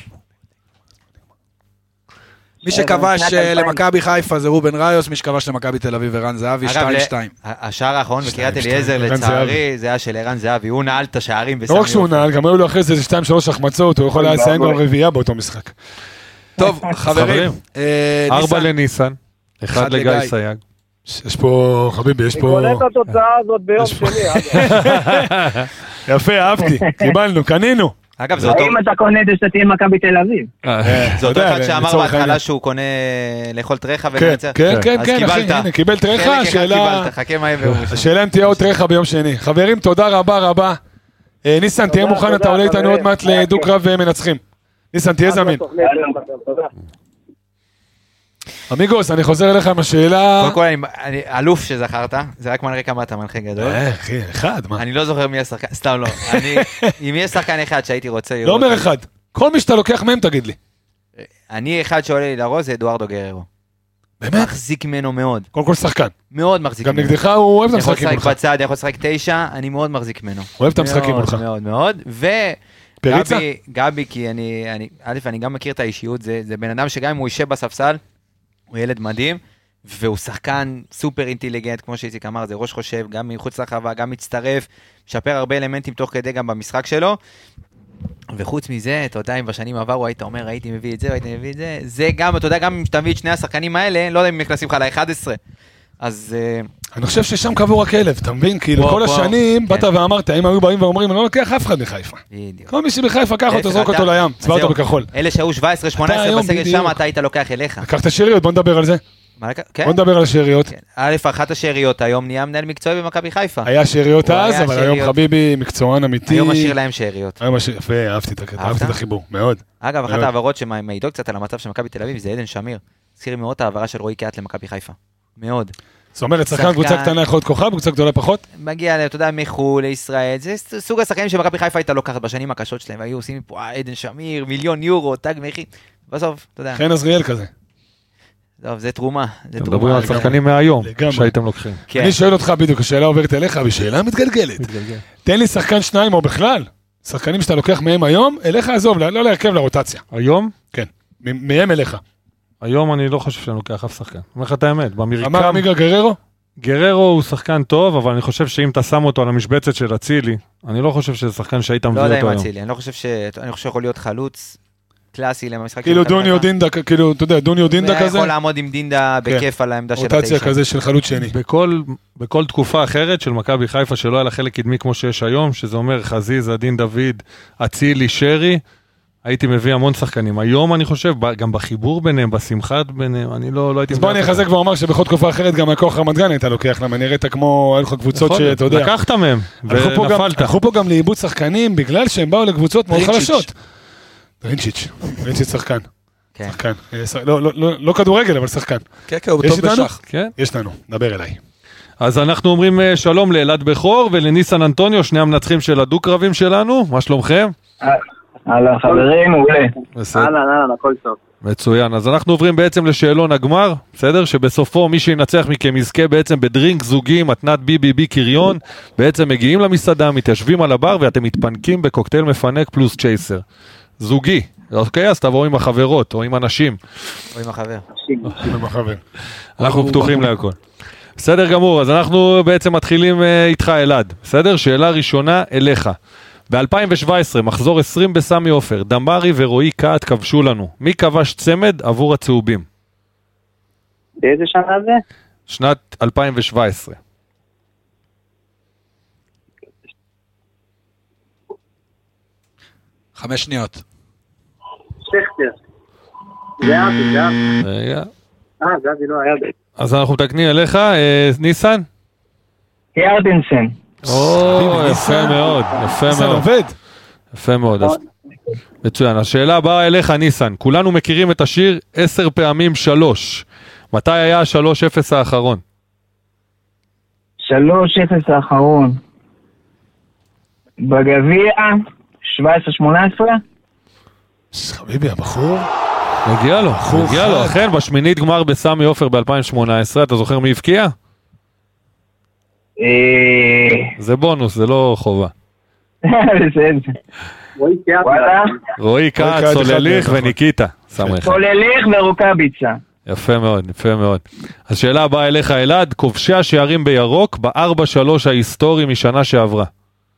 מי שכבש למכבי חיפה זה רובן ראיוס, מי שכבש למכבי תל אביב ערן זהבי, 2-2. השער האחרון בקריית אליעזר לצערי, זה היה של ערן זהבי, הוא נעל את השערים. לא רק שהוא נעל, גם היו לו אחרי זה 2-3 החמצות, הוא יכול לסיים גם רביעייה באותו משחק. טוב, חברים. 4 לניסן, 1 לגיא סייג. יש פה, חביבי, יש פה... אני קונה את התוצאה הזאת ביום שני. יפה, אהבתי, קיבלנו, קנינו. אגב, זה אותו... האם אתה קונה את זה שתהיה מכבי תל אביב? זה אותו אחד שאמר בהתחלה שהוא קונה לאכול טרחה ומנצח. כן, אחי, הנה, קיבל טרחה, השאלה אם תהיה עוד טרחה ביום שני. חברים, תודה רבה. ניסן, תהיה מוכן, אתה עולה איתנו עוד מעט לדו-קרב ומנצחים. ניסן, תהיה זמין. אמיגוס, אני חוזר אליך עם השאלה... קודם כל, אני אלוף שזכרת, זה רק מנראה כמה אתה מנחה גדול. אחי, אחד, מה? אני לא זוכר מי השחקן, סתם לא. אם יש שחקן אחד שהייתי רוצה לראות... לא אומר אחד, כל מי שאתה לוקח מהם תגיד לי. אני אחד שעולה לי לראש, זה אדוארדו גררו. באמת? מחזיק ממנו מאוד. קודם כל שחקן. מאוד מחזיק ממנו. גם נגדך הוא אוהב את המשחקים מולך. יכול לשחק בצד, יכול לשחק 9, אני מאוד מחזיק ממנו. אוהב את המשחקים מולך. מאוד, מאוד. פריצה? גבי, כי אני גם מכיר את האישיות, זה בן אדם שגם אם הוא יישב בספסל, הוא ילד מדהים, והוא שחקן סופר אינטליגנט, כמו שאיציק אמר, זה ראש חושב, גם מחוץ לחווה, גם מצטרף, משפר הרבה אלמנטים תוך כדי גם במשחק שלו, וחוץ מזה, אתה יודע, אם בשנים עברו היית אומר, הייתי מביא את זה, זה גם, אתה יודע, גם אם שתביא את שני השחקנים האלה, לא יודע אם נכנסים לך ל-11, אז... אני חושב ששם קבעו רק 1,000, אתה מבין? כאילו כל השנים באת ואמרת, אם היו באים ואומרים, אני לא לוקח אף אחד מחיפה. כל מי שבחיפה, קח אותו, זרוק אותו לים, צבע אותו בכחול. אלה שהיו 17-18 בסגל שם, אתה היית לוקח אליך. לקח את השאריות, בוא נדבר על זה. בוא נדבר על השאריות. א', אחת השאריות היום נהיה מנהל מקצועי במכבי חיפה. היה שאריות אז, אבל היום חביבי מקצוען אמיתי. היום משאיר להם שאריות. יפה, אהבתי את החיבור, מאוד. אגב, אחת העברות שמעידות קצת על המצב של מכבי תל אביב זה עדן שמיר. הזכיר מאוד העברה של רועי קיאט למכבי חיפה. מאוד. זאת אומרת, שחקן קבוצה קטנה יכול להיות כוכב, קבוצה גדולה פחות? מגיע, אתה יודע, מחו"ל, לישראל, זה סוג השחקנים שמכבי חיפה הייתה לוקחת בשנים הקשות שלהם, והיו עושים פה עדן שמיר, 1,000,000 יורו, תג מחיר, בסוף, אתה יודע. חן עזריאל כזה. טוב, זה תרומה. אתם מדברים על שחקנים מהיום, שהייתם לוקחים. אני שואל אותך בדיוק, השאלה עוברת אליך, בשאלה מתגלגלת. תן לי שחקן שניים או בכלל, שחקנים שאתה לוקח מהם היום, אליך עזוב, לא להרכב לרוטציה. היום? כן, מהם אליך. היום אני לא חושב שאני לוקח אף שחקן. אומר לך את האמת, במרקם... אמר עמיגה גררו? גררו הוא שחקן טוב, אבל אני חושב שאם אתה שם אותו על המשבצת של אצילי, אני לא חושב שזה שחקן שהיית מביא אותו היום. לא יודע עם אצילי, אני לא חושב שיכול להיות חלוץ קלאסי למשחק. כאילו דוניו דינדה, כאילו, אתה יודע, דוניו דינדה כזה? יכול לעמוד עם דינדה בכיף על העמדה של רוטציה כזה של חלוץ שני. בכל תקופה אחרת של מכבי חיפה שלא היה לה חלק קדמי כמו שיש היום, שזה אומר חזיזה, דין דוד, אצילי, שרי, הייתי מביא המון שחקנים. היום אני חושב, גם בחיבור ביניהם, בשמחה ביניהם, אני לא הייתי... אז בוא אני אחזק ואומר שבכל תקופה אחרת גם הכוח רמת גן הייתה לוקח, למה נראית כמו, היו לך קבוצות שאתה יודע. לקחת מהם, ונפלת. הלכו פה גם לאיבוד שחקנים, בגלל שהם באו לקבוצות מאוד חלשות. רינצ'יץ' שחקן. שחקן. לא כדורגל, אבל שחקן. כן, הוא טוב בשח. יש לנו, דבר אליי. אז אנחנו אומרים שלום לאלעד בכור ולניסן אנטוניו, שני המנצחים של הדו-קרבים שלנו, מה שלומכם? הלאה, חברים, מעולה. אהלן, הכל טוב. מצוין, אז אנחנו עוברים בעצם לשאלון הגמר, בסדר? שבסופו מי שינצח מכם יזכה בעצם בדרינק זוגי, מתנת BBB קריון, בעצם מגיעים למסעדה, מתיישבים על הבר ואתם מתפנקים בקוקטייל מפנק פלוס צ'ייסר. זוגי, אוקיי? אז תבואו עם החברות או עם אנשים. או עם החבר. עם החבר. אנחנו פתוחים להכל. בסדר גמור, אז אנחנו בעצם מתחילים איתך אלעד, בסדר? שאלה ראשונה אליך. ב-2017, מחזור 20 בסמי עופר, דמרי ורועי קאט כבשו לנו. מי כבש צמד עבור הצהובים? באיזה שנה זה? שנת 2017. חמש שניות. שכטר. זה אבי. רגע. זה אבי לא היה. אז אנחנו מתקנים אליך, ניסן? ירדנסן. יפה מאוד, יפה מאוד. יפה מאוד. מצוין, השאלה הבאה אליך ניסן, כולנו מכירים את השיר 10 פעמים 3. מתי היה 3-0 האחרון? 3-0 האחרון. בגביע 17-18. חביבי, הבחור. מגיע לו, אכן, בשמינית גמר בסמי עופר ב-2018, אתה זוכר מי הבקיע? זה בונוס, זה לא חובה. רועי קאט, סולליך וניקיטה. סולליך ורוקביצה. יפה מאוד, יפה מאוד. אז שאלה הבאה אליך אלעד, כובשי השערים בירוק ב-4-3 ההיסטורי משנה שעברה.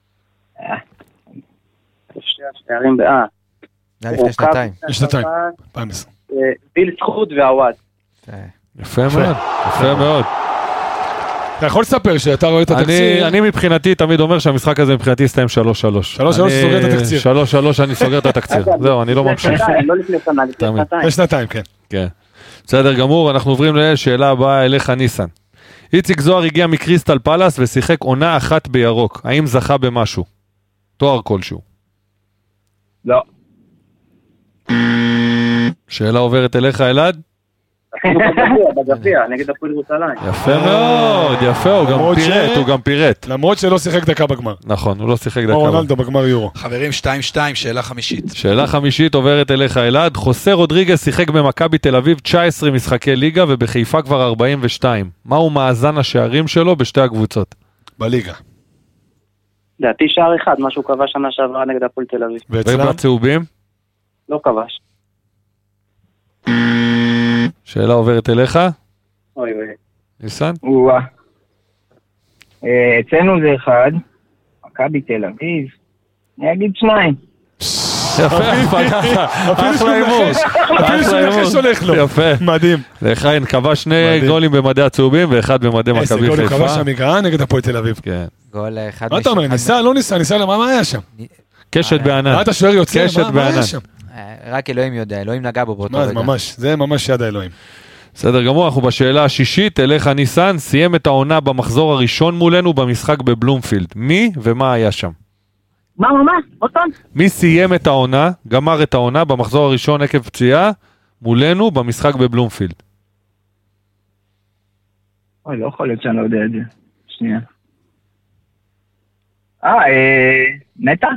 כובשי השערים לפני שנתיים. שנתיים. ביל זכות ועווד. יפה מאוד, יפה מאוד. אתה יכול לספר שאתה רואה את התקציר? אני מבחינתי תמיד אומר שהמשחק הזה מבחינתי יסתיים 3-3. 3-3 סוגר את התקציר. 3-3 אני סוגר את התקציר. זהו, אני לא ממשיך. לא לפני שנה, לפני שנתיים. לפני שנתיים, כן. כן. בסדר גמור, אנחנו עוברים לשאלה הבאה אליך ניסן. איציק זוהר הגיע מקריסטל פלאס ושיחק עונה אחת בירוק. האם זכה במשהו? תואר כלשהו. לא. שאלה עוברת אליך אלעד? בגביע, נגד הפועל ירושלים. יפה מאוד, יפה, הוא גם פירט. למרות שלא שיחק דקה בגמר. נכון, הוא לא שיחק דקה. רונלדו בגמר יורו. חברים, 2-2, שאלה חמישית. שאלה חמישית עוברת אליך אלעד. חוסה רודריגז שיחק במכבי תל אביב 19 משחקי ליגה ובחיפה כבר 42. מהו מאזן השערים שלו בשתי הקבוצות? בליגה. דעתי שער אחד, מה שהוא כבש שנה שעברה נגד הפועל תל אביב. ובצהובים? לא כבש. שאלה עוברת אליך? אוי. ניסן? אצלנו זה אחד, מכבי תל אביב, אני אגיד 2. יפה, אחלה אימוש. אפילו שמחש הולך לו. יפה. מדהים. לחיים, קבע 2 גולים במדי הצהובים ואחד במדי מכבי חיפה. איזה גול הוא קבע שם נגד הפועל תל אביב. כן. גול אחד. מה אתה אומר, ניסה, לא ניסה, מה היה שם? קשת בענן. מה אתה שוער יוצא? מה היה שם? רק אלוהים יודע, אלוהים נגע בו באותו רגע. זה ממש יד האלוהים. בסדר גמור, אנחנו בשאלה השישית, אליך ניסן, סיים את העונה במחזור הראשון מולנו במשחק בבלומפילד. מי ומה היה שם? מה? אותם? מי סיים את העונה, גמר את העונה במחזור הראשון עקב פציעה, מולנו במשחק בבלומפילד? אוי, לא יכול להיות שאני לא יודע את זה. שנייה. נטע?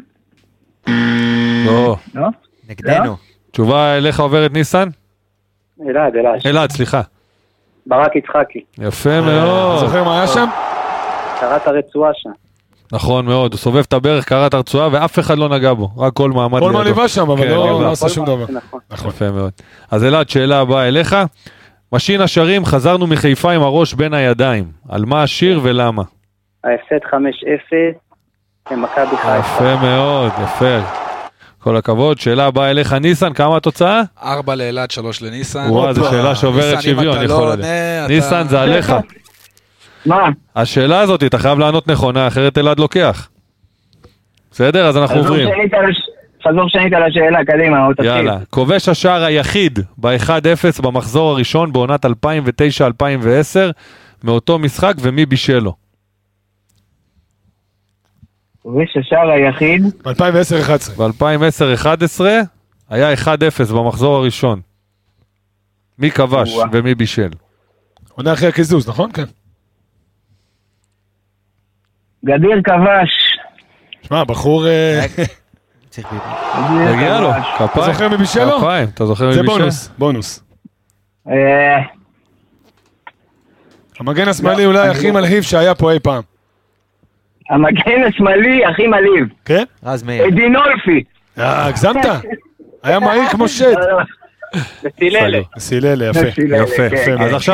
לא. נגדנו. תשובה אליך עוברת ניסן? אלעד. אלעד, סליחה. ברק יצחקי. יפה מאוד. זוכר מה היה שם? קראת הרצועה שם. נכון מאוד, הוא סובב את הברך, קרא את הרצועה, ואף אחד לא נגע בו, רק כל מעמד לידו. כל מה ליבה שם, אבל לא עשה שום דבר. יפה מאוד. אז אלעד, שאלה הבאה אליך. משין השרים, חזרנו מחיפה עם הראש בין הידיים. על מה השיר ולמה? ההפסד 5-0 למכבי חיפה. יפה מאוד, יפה. כל הכבוד. שאלה הבאה אליך, ניסן, כמה התוצאה? 4 לאלעד, 3 לניסן. וואו, זו שאלה שעוברת שוויון, יכול להיות. ניסן, זה עליך. מה? השאלה הזאת, אתה חייב לענות נכונה, אחרת אלעד לוקח. בסדר? אז אנחנו עוברים. חזור שנית על השאלה, קדימה, או תתחיל. יאללה. כובש השער היחיד ב-1-0 במחזור הראשון בעונת 2009-2010, מאותו משחק, ומי בישל לו? כובש השער היחיד? ב-2010-2011. ב-2010-2011 היה 1-0 במחזור הראשון. מי כבש ומי בישל? עונה אחרי הקיזוז, נכון? כן. גדיר כבש. שמע, בחור... הגיע לו, כפיים. אתה זוכר מי בישל לו? כפיים, אתה זוכר מי זה בישל? בונוס. המגן השמאלי אולי הכי מלהיב שהיה פה אי פעם. המגן השמאלי הכי מלהיב. כן? דינולפי. הגזמת? היה מהיר כמו שד. בסיללה, יפה. אז עכשיו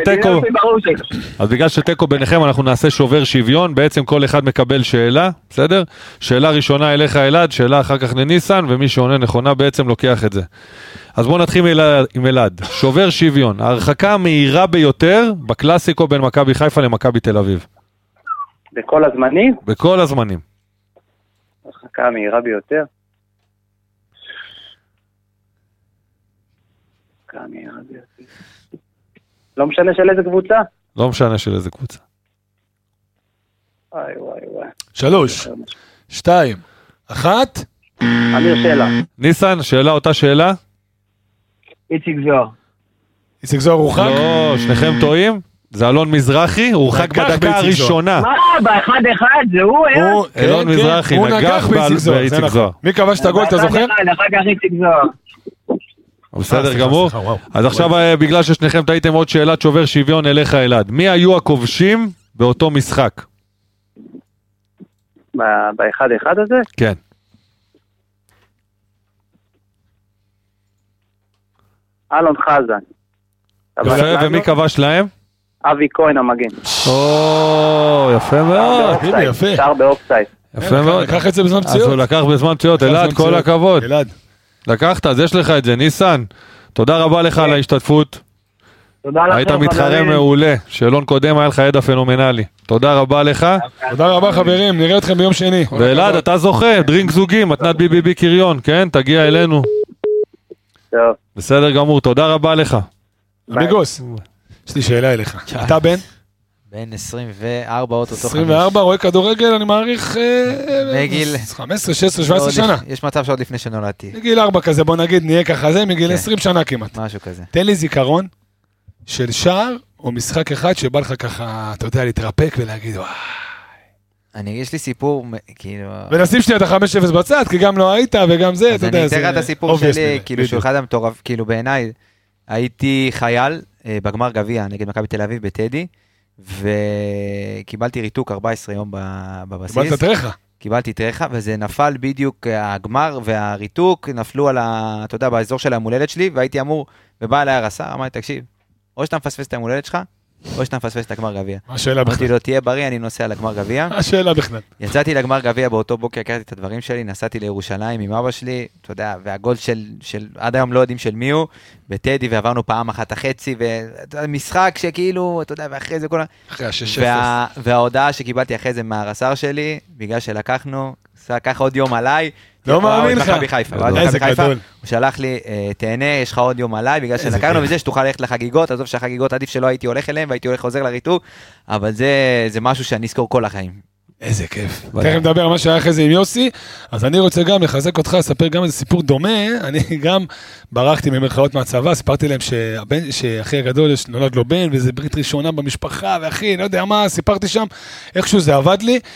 בגלל שטקו ביניכם אנחנו נעשה שובר שוויון, בעצם כל אחד מקבל שאלה, בסדר? שאלה ראשונה אליך אלעד, שאלה אחר כך לניסן, ומי שעונה נכונה בעצם לוקח את זה. אז בואו נתחיל עם אלעד. שובר שוויון, ההרחקה המהירה ביותר בקלאסיקו בין מכבי חיפה למכבי תל אביב. בכל הזמנים? בכל הזמנים. ההרחקה המהירה ביותר? לא משנה של איזה קבוצה? לא משנה של איזה קבוצה. וואי. 3, 2, 1. אמיר שאלה. ניסן, שאלה אותה שאלה? איציק זוהר. איציק זוהר הורחק? לא, שניכם טועים? זה אלון מזרחי, הוא הורחק בדקה הראשונה. מה? ב-1-1 זה הוא היה? אלון מזרחי נגח באיציק זוהר. מי כבש את הגול, אתה זוכר? אחר כך איציק זוהר. בסדר גמור. אז עכשיו בגלל ששניכם טעיתם עוד שאלת שובר שוויון אליך אלעד. מי היו הכובשים באותו משחק? ב-1-1 הזה? כן. אלון חזן. יפה, ומי כבש להם? אבי כהן המגן. יפה מאוד. יפה. שער באופסייד. יפה מאוד. לקח את זה בזמן פציעות. אז הוא לקח בזמן פציעות. אלעד, כל הכבוד. אלעד. לקחת, אז יש לך את זה. ניסן, תודה רבה לך על ההשתתפות. תודה לכם. היית מתחרה מעולה. שאלון קודם היה לך ידע פנומנלי. תודה רבה לך. תודה רבה חברים, נראה אתכם ביום שני. ואלעד, אתה זוכה, דרינק זוגי, מתנת ביבי קריון, כן? תגיע אלינו. טוב. בסדר גמור, תודה רבה לך. אמיגוס, יש לי שאלה אליך. אתה בן? בן 24 אוטוטו 5. 24, רואה כדורגל, אני מעריך מגיל 15, 16, 17 שנה. יש מצב שעוד לפני שנולדתי. מגיל 4 כזה, בוא נגיד, נהיה ככה זה, מגיל 20 שנה כמעט. משהו כזה. תן לי זיכרון של שער או משחק אחד שבא לך ככה, אתה יודע, להתרפק ולהגיד, וואי. יש לי סיפור, כאילו... ונשים שנייה את ה-5-0 בצד, כי גם לא היית וגם זה, אתה יודע, אז אני אתן לך את הסיפור שלי, כאילו שהוא אחד המטורף, כאילו בעיניי, הייתי חייל בגמר גביע נגד מכבי תל אביב בטדי, וקיבלתי ריתוק 14 יום בבסיס. קיבלת תרחה. קיבלתי תרחה, וזה נפל בדיוק, הגמר והריתוק נפלו על אתה יודע, באזור של המולדת שלי, והייתי אמור, ובא אליי הרס"ר, אמרתי, תקשיב, או שאתה מפספס את המולדת שלך, או שאתה מפספס את הגמר גביע. מה השאלה בכלל? אמרתי לו, תהיה בריא, אני נוסע לגמר גביע. מה השאלה בכלל? יצאתי לגמר גביע באותו בוקר, הכרתי את הדברים שלי, נסעתי לירושלים עם אבא שלי, אתה יודע, והגול של עד היום לא יודעים של מי הוא, בטדי, ועברנו פעם אחת החצי, ומשחק שכאילו, אתה יודע, ואחרי זה כל אחרי ה-6-0. וההודעה שקיבלתי אחרי זה מהרס"ר שלי, בגלל שלקחנו, לקח עוד יום עליי, לא מאמין לך. איזה גדול. הוא שלח לי, תהנה, יש לך עוד יום עליי, בגלל שלקחנו וזה שתוכל ללכת לחגיגות, עזוב שהחגיגות עדיף שלא הייתי הולך אליהם, והייתי הולך חוזר לריתוק, אבל זה משהו שאני אזכור כל החיים. איזה כיף. תכף נדבר על מה שהיה אחרי זה עם יוסי, אז אני רוצה גם לחזק אותך, לספר גם איזה סיפור דומה, אני גם ברחתי ממרכאות מהצבא, סיפרתי להם שאחי הגדול נולד לו בן, וזה ברית ראשונה במשפחה, ואחי, לא יודע מה, סיפרתי שם, איכשהו זה עבד לי,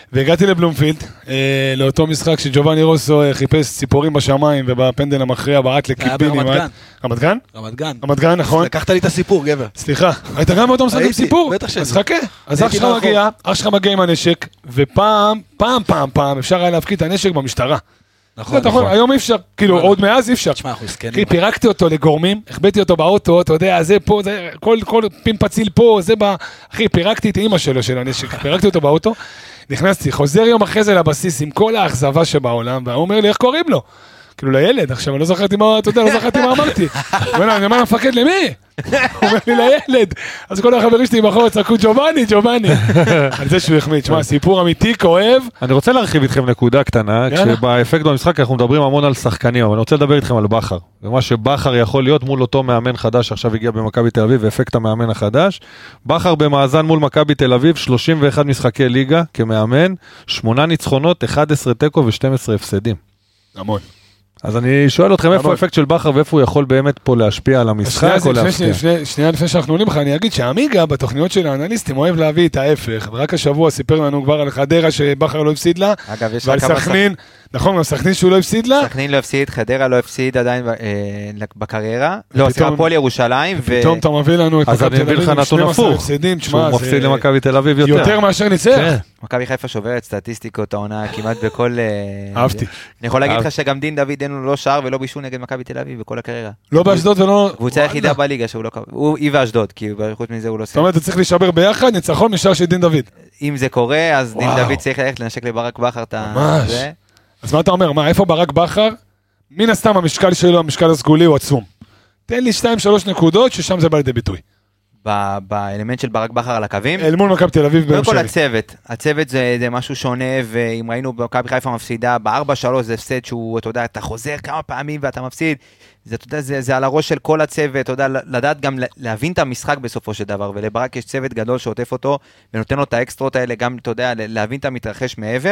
והגעתי לבלומפילד, לאותו משחק שג'ובאני רוסו חיפש ציפורים בשמיים, ובפנדל המכריע בעט לקיבינימט. רמת גן? רמת גן, נכון. לקחת לי את הסיפור, גבר. סליחה, היית גם באותו משחק עם סיפור? בטח שאני. אז חכה, אז אח שלך מגיע עם הנשק, ופעם אפשר היה להפקיד את הנשק במשטרה. נכון, היום אי אפשר, כאילו עוד מאז אי אפשר. אחי, פירקתי אותו לגורמים, החבאתי אותו באוטו, אתה יודע, זה פה, כל פין פציל פה, זה אחי, פירקתי את אמא שלו של הנשק, פירקתי אותו באוטו, נכנסתי, חוזר יום אחרי זה לבסיס עם כל האכזבה שבעולם, והוא אומר לי, איך קוראים לו? כאילו לילד, עכשיו אני לא זכרתי מה, אתה יודע, לא זכרתי מה אמרתי. אני אומר למפקד, למי? הוא אומר לי לילד. אז כל החברים שלי מאחור צעקו ג'ובאני. על זה שהוא החמיד. שמע, סיפור אמיתי, כואב. אני רוצה להרחיב איתכם נקודה קטנה, כשבאפקט במשחק אנחנו מדברים המון על שחקנים, אבל אני רוצה לדבר איתכם על בכר. ומה שבכר יכול להיות מול אותו מאמן חדש, עכשיו הגיע במכבי תל אביב, ואפקט המאמן החדש. בכר במאזן מול מכבי תל אביב, 31 משחקי ליגה כמאמן, 8 ניצחונות, 11 תיקו ו12 הפסדים. המון. אז אני שואל אתכם איפה האפקט של בכר ואיפה הוא יכול באמת פה להשפיע על המשחק או להפתיע. שנייה לפני שאנחנו עולים לך, אני אגיד שהאמיגה בתוכניות של האנליסטים אוהב להביא את ההפך, ורק השבוע סיפר לנו כבר על חדרה שבכר לא הפסיד לה, ועל סכנין, נכון, סכנין שהוא לא הפסיד לה. סכנין לא הפסיד, חדרה לא הפסיד עדיין בקריירה, לא, סליחה, הפועל ירושלים. פתאום אתה מביא לנו את מכבי תל אביב עם 12 הפסדים, שהוא מפסיד למכבי תל אביב יותר מאשר ניצח. מכבי חיפה שוברת סטטיסטיקות העונה כמעט בכל... אהבתי. אני יכול להגיד לך שגם דין דוד אין לו לא שער ולא בישול נגד מכבי תל אביב בכל הקריירה. לא באשדוד ולא... קבוצה היחידה בליגה שהוא לא... היא ואשדוד, כי חוץ מזה הוא לא... זאת אומרת, אתה צריך להישבר ביחד, ניצחון משער של דין דוד. אם זה קורה, אז דין דוד צריך ללכת לנשק לברק בכר את ה... ממש. אז מה אתה אומר? מה, איפה ברק בכר? מן הסתם המשקל שלו, המשקל הסגולי הוא עצום. תן לי 2-3 נקודות ששם זה בא לידי ביטוי. באלמנט של ברק בכר על הקווים. אל מול מכבי תל אביב ביום שני. קודם כל הצוות זה משהו שונה, ואם ראינו מכבי חיפה מפסידה, ב-4-3 זה הפסד שהוא, אתה יודע, אתה חוזר כמה פעמים ואתה מפסיד, זה על הראש של כל הצוות, אתה יודע, לדעת גם להבין את המשחק בסופו של דבר, ולברק יש צוות גדול שעוטף אותו, ונותן לו את האקסטרות האלה, גם, אתה יודע, להבין את המתרחש מעבר,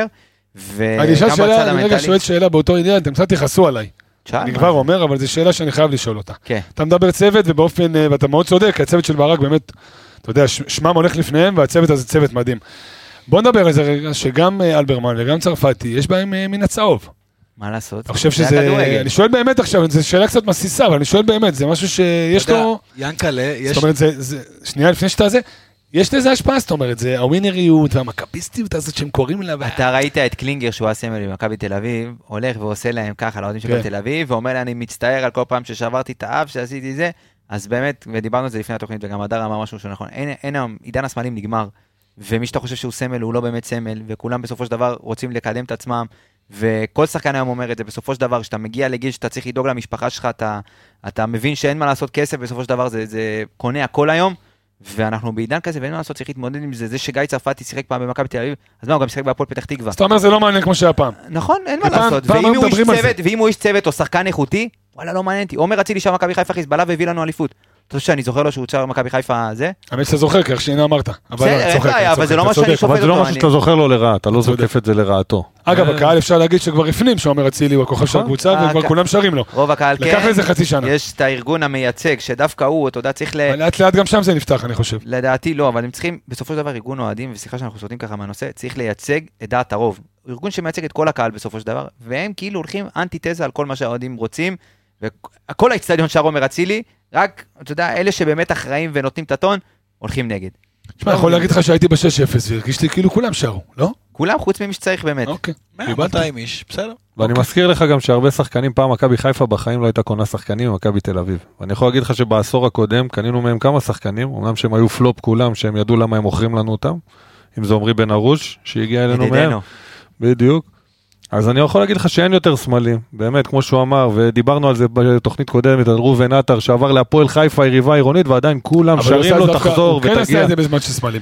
אני רגע שואל שאלה באותו עניין, אתם קצת תכעסו עליי. אני כבר אומר, אבל זו שאלה שאני חייב לשאול אותה. אתה מדבר צוות, ואתה מאוד צודק, הצוות של ברק באמת, אתה יודע, שמם הולך לפניהם, והצוות הזה צוות מדהים. בוא נדבר על זה רגע, שגם אלברמן וגם צרפתי, יש בהם מן הצהוב. מה לעשות? אני חושב שזה, אני שואל באמת עכשיו, זו שאלה קצת מסיסה, אבל אני שואל באמת, זה משהו שיש לו... ינקלה, יש... זאת אומרת, שנייה לפני שאתה זה, יש לזה השפעה, זאת אומרת, זה הווינריות והמכביסטיות הזאת שהם קוראים לה. אתה ראית את קלינגר שהוא הסמל במכבי תל אביב, הולך ועושה להם ככה לאוהדים של תל אביב, ואומר לה, אני מצטער על כל פעם ששברתי את האף, שעשיתי זה, אז באמת, ודיברנו על זה לפני התוכנית, וגם הדר אמר משהו שנכון, אין היום, עידן הסמלים נגמר, ומי שאתה חושב שהוא סמל, הוא לא באמת סמל, וכולם בסופו של דבר רוצים לקדם את עצמם, וכל שחקן היום אומר את זה, בסופו של דבר, שאתה מגיע לגיל שאתה צריך לדאוג למשפחה שלך, אתה מבין שאין מה לעשות כסף, בסופו של דבר זה קונה הכל היום, ואנחנו בעידן כזה, ואין מה לעשות, צריך להתמודד עם זה, זה שגיא צרפתי שיחק פעם במכבי תל אביב, אז מה, הוא גם שיחק בהפועל פתח תקווה. זאת אומרת, זה לא מעניין כמו שהיה פעם. נכון, אין מה לעשות, ואם הוא איש צוות או שחקן איכותי, וואלה, לא מעניין אותי. עומר אצילי שם מכבי חיפה חיזבאללה והביא לנו אליפות. אתה חושב שאני זוכר לו שהוא צער מכבי חיפה זה? האמת שאתה זוכר, כך שהנה אמרת. אבל זה לא מה שאני שופט אותו. אבל זה לא משהו שאתה זוכר לו לרעה, אתה לא זוקף את זה לרעתו. אגב, הקהל אפשר להגיד שכבר הפנים שעומר אצילי הוא הכוכב של הקבוצה, וכבר כולם שרים לו. רוב הקהל כן. לקח לזה חצי שנה. יש את הארגון המייצג, שדווקא הוא, אתה יודע, צריך לאט לאט גם שם זה נפתח, אני חושב. לדעתי לא, אבל הם צריכים, בסופו של דבר, ארגון אוהדים, וסליחה שאנחנו סוטים ככה מהנושא, צריך לייצג את דעת הרוב. ארגון שמייצג את כל הקהל בסופו של דבר, והם כאילו הולכים אנטיתזה על כל מה שהאוהדים רוצים, וכל האצטדיון שר עומר אצילי, רק, אתה יודע, אלה שבאמת אחראים ונותנים את הטון, הולכים נגד. תשמע, יכול להגיד לך שהייתי ב-6-0, והרגיש לי כאילו כולם שרו, לא? כולם חוץ ממי שצריך באמת. אוקיי. 200 איש, בסדר. ואני מזכיר לך גם שהרבה שחקנים, פעם מכבי חיפה בחיים לא הייתה קונה שחקנים במכבי תל אביב. ואני יכול להגיד לך שבעשור הקודם קנינו מהם כמה שחקנים, אומנם שהם היו פלופ כולם, שהם ידעו למה הם מוכרים לנו אותם. אם זה עומרי בן ארוש, שהגיע אלינו מהם. בדיוק. אז אני יכול להגיד לך שאין יותר סמלים, באמת, כמו שהוא אמר, ודיברנו על זה בתוכנית קודמת, על ראובן עטר, שעבר להפועל חיפה, היריבה העירונית, ועדיין כולם שרים לו, תחזור ותגיע. הוא כן עשה את זה בזמן של סמלים.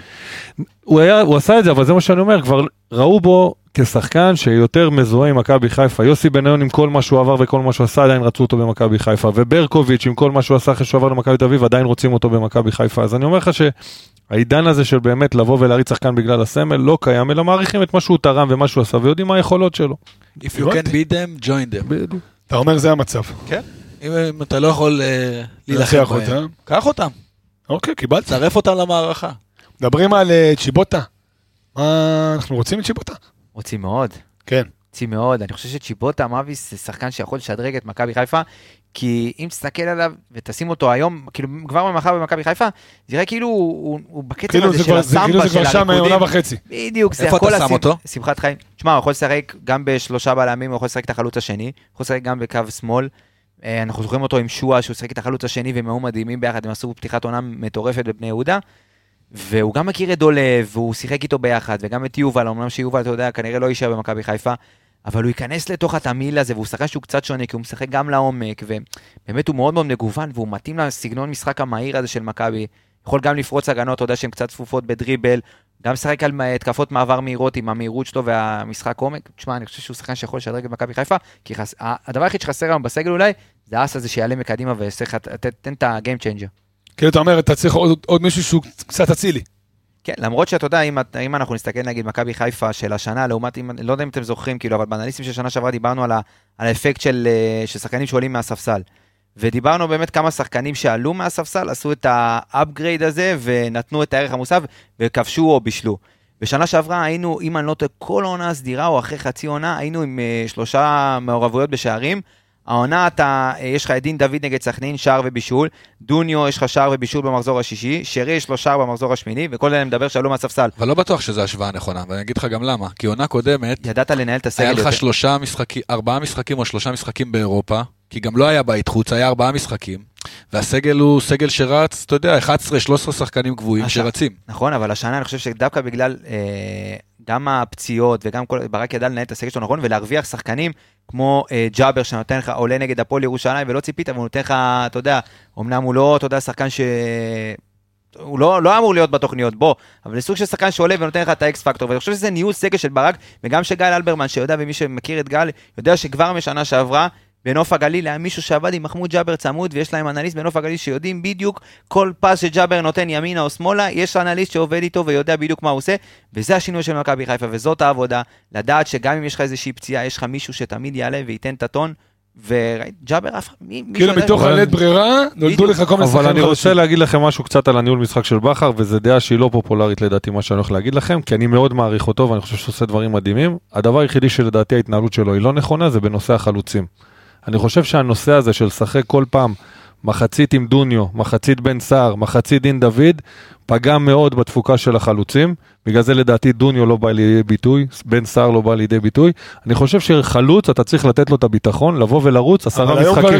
הוא עשה את זה, אבל זה מה שאני אומר, כבר ראו בו כשחקן שיותר מזוהה עם מכבי חיפה. יוסי בניון עם כל מה שהוא עבר וכל מה שהוא עשה, עדיין רצו אותו במכבי חיפה, וברקוביץ' עם כל מה שהוא עשה אחרי שהוא עבר למכבי תל אביב, עדיין רוצים אותו במכבי חיפה. אז אני אומר לך העידן הזה של באמת לבוא ולהריץ שחקן בגלל הסמל לא קיים, אלא מעריכים את מה שהוא תרם ומה שהוא עשה, ויודעים מה היכולות שלו. If you can beat them, join them. אתה אומר זה המצב. כן. אם אתה לא יכול להילחם בהם, קח אותם. אוקיי, קיבלת. צרף אותם למערכה. מדברים על צ'יבוטה. מה אנחנו רוצים את צ'יבוטה? רוצים מאוד. כן. רוצים מאוד. אני חושב שצ'יבוטה מאביס זה שחקן שיכול לשדרג את מכבי חיפה, כי אם תסתכל עליו ותשים אותו היום, כאילו כבר ממחר במכבי חיפה, זה יראה כאילו הוא בקצב הזה של הסמבה של הריקודים. בדיוק, זה יכול לשים שמחת חיים. תשמע, הוא יכול לשחק גם בשלושה בלמים, הוא יכול לשחק את החלוץ השני, הוא יכול לשחק גם בקו שמאל. אנחנו זוכרים אותו עם שואה, שהוא שחק את החלוץ השני, והם היו מדהימים ביחד, הם עשו פתיחת עונה מטורפת בבני יהודה, והוא גם מכיר את דולב, והוא שיחק איתו ביחד, וגם את יובל, אמנם שיובל, אתה יודע, כנראה לא יישאר במכבי חיפה, אבל הוא ייכנס לתוך התמיל הזה, והוא שחקן שהוא קצת שונה, כי הוא משחק גם לעומק, ובאמת הוא מאוד מאוד מגוון, והוא מתאים לסגנון משחק המהיר הזה של מכבי, יכול גם לפרוץ הגנות, אתה יודע שהן קצת צפופות בדריבל, גם משחק על התקפות מעבר מהירות עם המהירות שלו והמשחק עומק. תשמע, אני חושב שהוא שחקן שיכול לשדרג את מכבי חיפה, כי הדבר היחיד שחסר היום בסגל אולי, זה האס הזה שיעלה מקדימה ותתן את הגיים צ'יינג'ר. כאילו אתה אומר, אתה צריך עוד מישהו שהוא קצת אצילי. כן, למרות שאתה יודע, אם אנחנו נסתכל נגיד מכבי חיפה של השנה, לעומת, לא יודע אם אתם זוכרים, כאילו, אבל באנליסטים של שנה שעברה דיברנו על האפקט של שחקנים שעולים מהספסל. ודיברנו באמת כמה שחקנים שעלו מהספסל, עשו את האפגרייד הזה, ונתנו את הערך המוסף, וכבשו או בישלו. בשנה שעברה היינו, אם אני לא טועה, כל עונה סדירה, או אחרי חצי עונה, היינו עם 3 מעורבויות בשערים. העונה, יש לך דין דוד נגד סכנין, שער ובישול, דוניו יש לך שער ובישול במחזור השישי, שרי יש לו שער במחזור השמיני, וכל אלה מדבר שעלו מהספסל. אבל לא בטוח שזו השוואה נכונה, ואני אגיד לך גם למה, כי עונה קודמת, ידעת לנהל את הסגל היה לך 4 משחקים או 3 משחקים באירופה, כי גם לא היה בית חוץ, היה 4 משחקים, והסגל הוא סגל שרץ, אתה יודע, 11-13 שחקנים גבוהים שרצים. נכון, אבל השנה אני חושב שדווקא בגלל גם הפציעות וגם ברק ידע לנהל את הסגל שלו נכון, ולהרוויח שחקנים כמו ג'אבר שנותן לך, עולה נגד הפועל ירושלים ולא ציפית, אבל הוא נותן לך, אתה יודע, אמנם הוא לא, אתה יודע, שחקן הוא לא אמור להיות בתוכניות, בוא, אבל לסוג של שחקן שעולה ונותן לך את האקס פקטור, ואני חושב שזה ניהול סגל של ברק, וגם שגל אלברמן שיודע, ומי שמכיר את גל, יודע שכבר משנה שעברה, בנוף הגליל היה מישהו שעבד עם מחמוד ג'אבר צמוד, ויש להם אנליסט בנוף הגליל שיודעים בדיוק כל פס שג'אבר נותן ימינה או שמאלה, יש אנליסט שעובד איתו ויודע בדיוק מה הוא עושה, וזה השינוי של מכבי חיפה, וזאת העבודה, לדעת שגם אם יש לך איזושהי פציעה, יש לך מישהו שתמיד יעלה וייתן את הטון, וג'אבר אף כאילו מתוך הלית ברירה, נולדו לך כל מיני אבל אני רוצה להגיד לכם משהו קצת על הניהול משחק של בכר, וזו דעה שהיא לא פופולרית לדעתי מה שאני הולך להגיד לכם, כי אני מאוד מעריך אותו, ואני חושב שהוא עושה דברים מדהימים. הדבר היחידי שלדעתי ההתנהלות שלו היא לא נכונה, זה בנושא החלוצים. אני חושב שהנושא הזה של שחק כל פעם, מחצית עם דוניו, מחצית בן סער, מחצית דין דוד, פגע מאוד בתפוקה של החלוצים, בגלל זה לדעתי דוניו לא בא לידי ביטוי, בן סער לא בא לידי ביטוי, אני חושב שחלוץ אתה צריך לתת לו את הביטחון, לבוא ולרוץ 10 משחקים.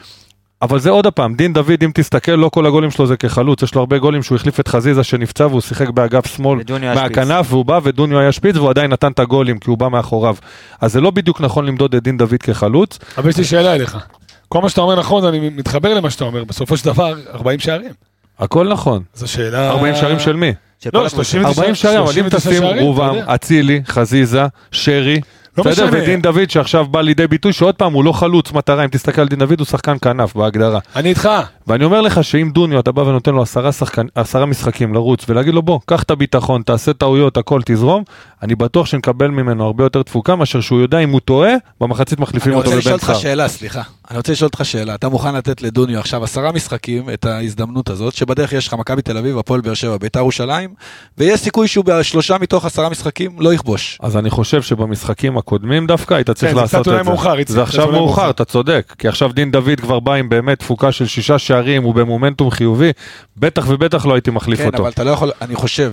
אבל זה עוד הפעם, דין דוד אם תסתכל, לא כל הגולים שלו זה כחלוץ, יש לו הרבה גולים שהוא החליף את חזיזה שנפצע והוא שיחק באגף שמאל מהכנף, והוא בא ודוניו היה שפיץ והוא עדיין נתן את הגולים כי הוא בא מאחוריו. אז זה לא בדיוק נכון למדוד את דין דוד כחלוץ. אבל יש לי שאלה אליך, כל מה שאתה אומר נכון, אני מתחבר למה שאתה אומר, בסופו של דבר 40 שערים. הכל נכון. זו שאלה... 40 שערים של מי? לא, 40 שערים, אבל אם תשים רובם, אצילי, חזיזה, שרי, בסדר, ודין דוד שעכשיו בא לידי ביטוי שעוד פעם הוא לא חלוץ מטרה, אם תסתכל על דין דוד הוא שחקן כנף בהגדרה. אני איתך. ואני אומר לך שאם דוניו אתה בא ונותן לו 10 משחקים לרוץ ולהגיד לו בוא, קח את הביטחון, תעשה טעויות, הכל תזרום, אני בטוח שנקבל ממנו הרבה יותר תפוקה מאשר שהוא יודע אם הוא טועה, במחצית מחליפים אותו בבן סער. אני רוצה לשאול אותך שאלה, אתה מוכן לתת לדוניו עכשיו 10 משחקים את ההזדמנות הזאת, שבדרך יש לך מכבי תל אביב, הפועל באר שבע, בית"ר ירושלים, ויש סיכוי שהוא ב3 מתוך 10 משחקים לא יכבוש. אז אני חושב שבמשחקים הקודמים דווקא היית צריך לעשות את זה. זה עכשיו מאוחר, אתה צודק, כי עכשיו דין דוד כבר בא עם באמת תפוקה של 6 שערים, הוא במומנטום חיובי, בטח ובטח לא הייתי מחליף אותו. כן, אבל אתה לא יכול, אני חושב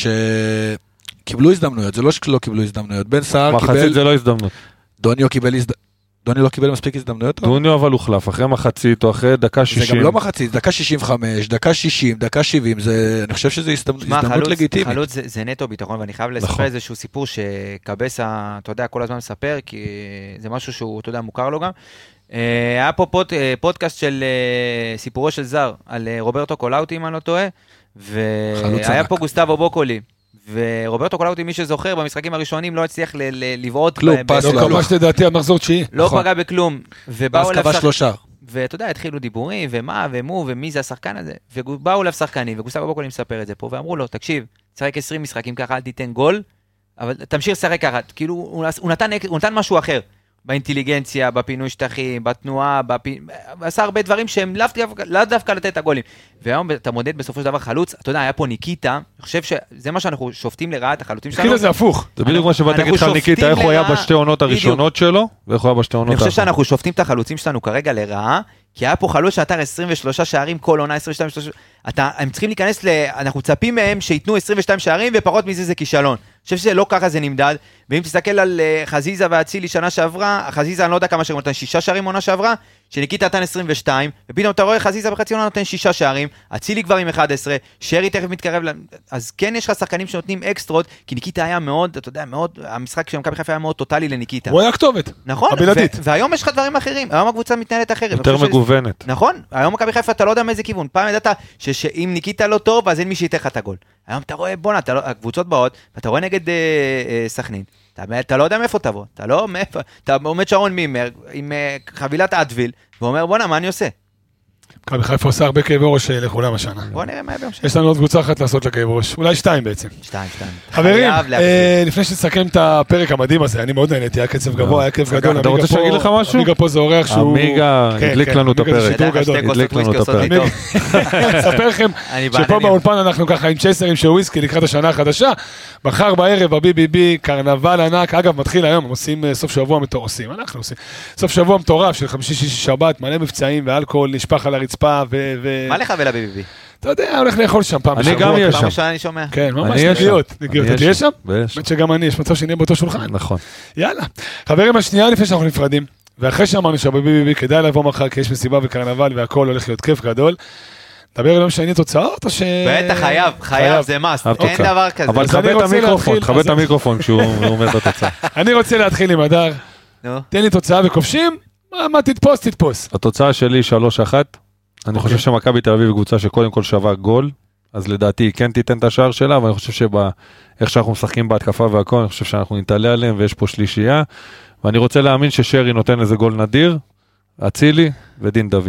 שקיבלו הזדמנויות, זה לא שלא קיבלו הזדמנויות, בן סער קיבל... מחצית זה לא הזדמנות. דוניו לא קיבל מספיק הזדמנויות? דוניו אבל הוחלף, אחרי מחצית או אחרי דקה 60. זה גם לא מחצית, דקה 65, דקה 60, דקה 70, אני חושב שזה הזדמנות לגיטימית. חלוץ זה נטו ביטחון, ואני חייב לספר איזשהו סיפור שקבסה, אתה יודע, כל הזמן מספר, כי זה משהו שהוא, אתה יודע, מוכר לו גם. היה פה פודקאסט של סיפורו של זר, על רוברטו קולאוטי, אם אני לא טועה, והיה פה גוסטבו בוקולי. ורוברטו קולאוטי, מי שזוכר, במשחקים הראשונים לא הצליח לבעוט. כלום, לא כבש לדעתי עד מחזור 9. לא פגע בכלום. אז כבש 3. ואתה יודע, התחילו דיבורים, ומה, ומו, ומי זה השחקן הזה. ובאו אליו שחקנים, וגוסטבו בוקולי מספר את זה פה, ואמרו לו, תקשיב, תשחק 20 משחקים ככה, אל תיתן גול, אבל תמשיך לשחק ככה. כאילו, הוא נתן משהו אחר. באינטליגנציה, בפינוי שטחים, בתנועה, עשה הרבה דברים שהם לאו דווקא לתת את הגולים. והיום אתה מודד בסופו של דבר חלוץ, אתה יודע, היה פה ניקיטה, אני חושב שזה מה שאנחנו שופטים לרעה את החלוצים שלנו. ניקיטה זה הפוך. זה בדיוק מה שבאת להגיד לך ניקיטה, איך הוא היה בשתי עונות הראשונות שלו, ואיך הוא היה בשתי עונות האחרונות. אני חושב שאנחנו שופטים את החלוצים שלנו כרגע לרעה, כי היה פה חלוץ שנתן 23 שערים כל עונה, 22 שלושה, הם צריכים להיכנס, אנחנו צפים מהם שיתנו 22 שערים, ופחות מזה זה כישלון. אני חושב שזה לא ככה זה נמדד, ואם תסתכל על חזיזה והצילי שנה שעברה, חזיזה אני לא יודע כמה שערים נותן 6 שערים עונה שעברה, שניקיטה נתן 22, ופתאום אתה רואה חזיזה בחצי עונה נותן 6 שערים, הצילי כבר עם 11, שרי תכף מתקרב, אז כן יש לך שחקנים שנותנים אקסטרות, כי ניקיטה היה מאוד, אתה יודע, מאוד, המשחק של מכבי חיפה היה מאוד טוטלי לניקיטה. הוא היה כתובת. נכון, והיום יש לך דברים אחרים, היום הקבוצה מתנהלת אחרת. יותר מגוונת. נכון, היום מכבי חיפה אתה לא יודע מאיזה כיוון, פעם ידעת שאם ניקיטה לא טוב, אז אין מי שייתן לך את הגול. היום אתה רואה, בונה, הקבוצות באות, ואתה רואה נגד סכנין, אתה לא יודע מאיפה תבוא, אתה עומד שרון מימר עם חבילת אדוויל, ואומר בונה, מה אני עושה? מכבי חיפה עושה הרבה כאבי ראש לכולם השנה. בוא נראה מה ביום שני. יש לנו עוד קבוצה אחת לעשות לכאבי ראש, אולי 2 בעצם. 2. חברים, לפני שנסכם את הפרק המדהים הזה, אני מאוד נהניתי, היה קצב גבוה, היה כיף גדול. אתה רוצה שיגיד לך משהו? עמיגה פה זה אורח שהוא... עמיגה הדליק לנו את הפרק. הדליק לנו את הפרק. אני אספר לכם שפה באולפן אנחנו ככה עם צ'סרים של וויסקי לקראת השנה החדשה, מחר בערב ב-BBB, קרנבל ענק, אגב מתחיל היום, הם עושים סוף שבוע מטורפים, אנחנו עושים סוף שבוע מטורף של 5, 6, שבת, מלא מבצעים ואלכוהול נשפך על הרצפה מה לך ול-BBB? אתה יודע, הולך לאכול שם פעם בשבוע. אני גם אהיה שם. פעם ראשונה אני שומע. כן, ממש נגיעות. אתה תהיה שם? יש. באמת שגם אני, יש מצב שנהיה באותו שולחן. נכון. יאללה. חברים, השנייה לפני שאנחנו נפרדים, ואחרי שאמרנו שב-BBB כדאי לבוא מחר, כי יש מסיבה וקרנבל והכל הולך להיות כיף גדול. דבר אליהם שאני תוצאות או ש... בטח, חייב, זה מאסט, אין דבר כזה. אבל תכבד את המיקרופון כשהוא אומר את התוצאה. אני רוצה להתחיל עם הדר. תן לי תוצאה וכובשים, מה תתפוס. התוצאה שלי 3-1. אני חושב שמכבי תל אביב היא קבוצה שקודם כל שווה גול, אז לדעתי היא כן תיתן את השער שלה, אבל אני חושב שאיך שאנחנו משחקים בהתקפה והכל, אני חושב שאנחנו נתעלה עליהם ויש פה שלישייה, ואני רוצה להאמין ששרי נותן איזה גול נדיר, אצילי ודין דוד.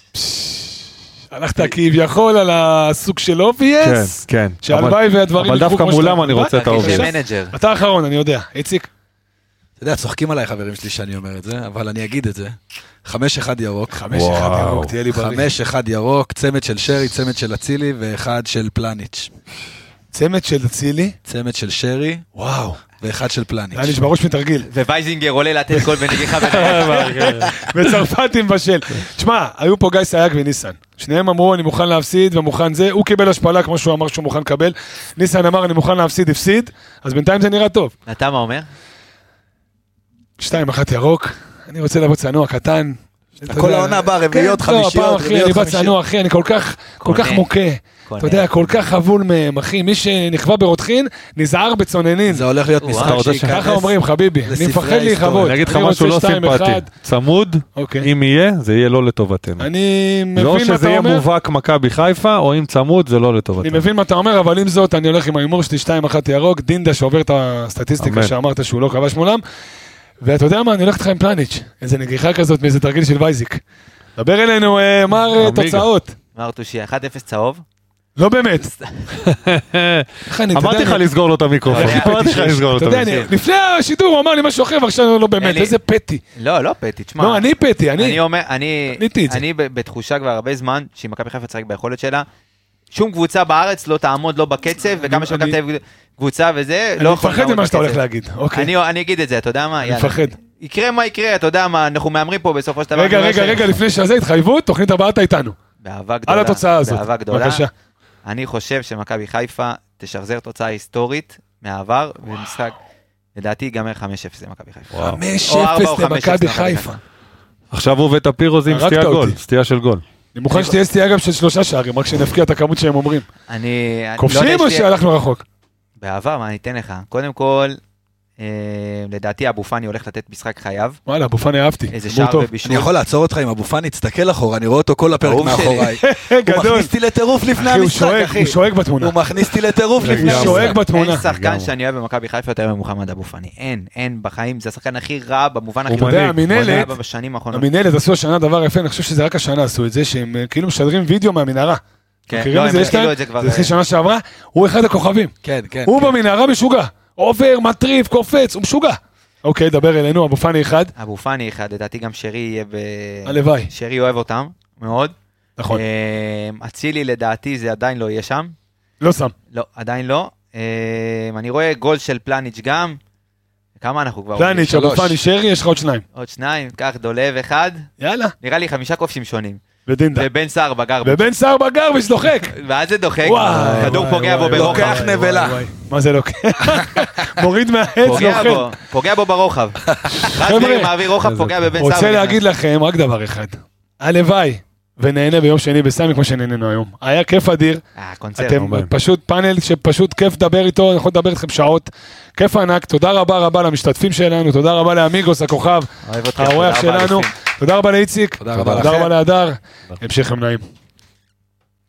הלכת כביכול על הסוג של אובייס, כן. שהלוואי והדברים... אבל דווקא מולם אני רוצה את האובייס. אתה האחרון, אני יודע. איציק. אתה יודע, צוחקים עליי חברים שלי שאני אומר את זה, אבל אני אגיד את זה. 5-1 ירוק. 5-1 ירוק, תהיה לי בריא. 5-1 ירוק, צמד של שרי, צמד של אצילי, ואחד של פלניץ'. צמד של אצילי? צמד של שרי. וואו. ואחד של פלניץ'. היה נשברוש מתרגיל. ווייזינגר עולה לתת גול בנגיחה ביניהם. וצרפתים בשל. תשמע, היו פה גיא סייג וניסן. שניהם אמרו, אני מוכן להפסיד ומוכן זה. הוא קיבל השפלה כמו שהוא אמר שהוא מוכן לקבל. ניסן אמר, אני מוכן להפסיד, הפסיד. אז בינתיים זה נראה טוב. אתה מה אומר? 2-1 ירוק. אני רוצה לבוא צנוע קטן. כל העונה באה, רביעיות, חמישיות. אני בא צנוע, אחי, אני כל כך מוכה. אתה יודע, כל כך חבול מהם, אחי, מי שנכווה ברותחין, נזהר בצוננין. זה הולך להיות משחק שייכנס. ככה אומרים, חביבי, אני מפחד להיחוות. אני אגיד לך משהו לא סימפטי. צמוד, אם יהיה, זה יהיה לא לטובתנו. אני מבין מה אתה אומר. לא שזה יהיה מובהק מכבי חיפה, או אם צמוד, זה לא לטובתנו. אני מבין מה אתה אומר, אבל עם זאת, אני הולך עם ההימור שלי 2-1 ירוק, דינדה שעובר את הסטטיסטיקה שאמרת שהוא לא כבש מולם. ואתה יודע מה, אני הולך איתך עם פלניץ', איזה נגיחה כזאת מאיזה תרגיל של וייזיק. דבר אלינו, מר תוצאות. מר תושי, 1-0 צהוב. לא באמת. אמרתי לך לסגור לו את המיקרופון. אתה יודע, לפני השידור הוא אמר לי משהו אחר, ועכשיו לא באמת, איזה פטי. לא פטי, תשמע. לא, אני פטי, אני בתחושה כבר הרבה זמן, שאם מכבי חיפה תשחק ביכולת שלה, שום קבוצה בארץ לא תעמוד לא בקצב, וכמה שמכבי תל אביב קבוצה וזה, לא יכול לעמוד בקצב. אני מפחד ממה שאתה הולך להגיד, אוקיי. אני אגיד את זה, אתה יודע מה? אני מפחד. יקרה מה יקרה, אתה יודע מה, אנחנו מאמרים פה בסופו של דבר. רגע, לפני שזה התחייבות, תוכנית הבאה אתה איתנו. באהבה גדולה. על התוצאה הזאת. באהבה גדולה. אני חושב שמכבי חיפה תשחזר תוצאה היסטורית מהעבר, במשחק, לדעתי ייגמר 5-0 למכבי חיפה. 5-0 למכבי חיפה. עכשיו הוא וטפירו זה עם סטייה גול, סטייה של גול. אני מוכן שתהיה סטייה גם של 3 שערים, רק שנפקיע את הכמות שהם אומרים. כובשים או שהלכנו רחוק? בעבר, מה אני אתן לך? קודם כל, לדעתי אבו פאני הולך לתת משחק חייב. וואלה, אבו פאני אהבתי. איזה שער ובישול. אני יכול לעצור אותך עם אבו פאני, תסתכל אחורה, אני רואה אותו כל הפרק מאחוריי. הוא מכניס אותי לטירוף לפני המשחק, אחי. הוא שואג בתמונה. הוא מכניס אותי לטירוף לפני המשחק. הוא שואג בתמונה. אין שחקן שאני אוהב במכבי חיפה יותר ממוחמד אבו פאני. אין בחיים, זה השחקן הכי רע במובן הכי רע בשנים האחרונות. המנהלת עשו השנה דבר יפה, אני חושב שזה רק השנה עשו את זה, שהם כאילו משדרים וידאו מהמנהרה. זה שנה שעברה, הוא אחד הכוכבים. הוא במנהרה משוגע. עובר, מטריף, קופץ, הוא משוגע. אוקיי, דבר אלינו, אבו פני אחד. אבו פני אחד, לדעתי גם שרי יהיה הלוואי. שרי אוהב אותם, מאוד. נכון. אצילי לדעתי זה עדיין לא יהיה שם. לא שם. לא, עדיין לא. אני רואה גול של פלניץ' גם. כמה אנחנו כבר? פלניץ', אבו פני, שרי, יש לך עוד 2. עוד 2, קח דולב אחד. יאללה. נראה לי 5 כובשים שונים. ודינדה. ובן סער בגרבש. ובן סער בגרבש דוחק. ואז זה דוחק. כדור פוגע בו ברוחב. לוקח נבלה. מה זה לוקח? מוריד מהעץ, נוחל. פוגע בו ברוחב. רז מעביר רוחב, פוגע בבן סער. רוצה להגיד לכם רק דבר אחד. הלוואי. ונהנה ביום שני בסמי כמו שנהננו היום. היה כיף אדיר. אתם פשוט פאנל שפשוט כיף לדבר איתו, אני יכול לדבר איתכם שעות. כיף ענק, תודה רבה רבה למשתתפים שלנו, תודה רבה לאמיגוס, הכוכב, האורח שלנו. תודה רבה לאיציק, תודה רבה להדר. המשך נעים.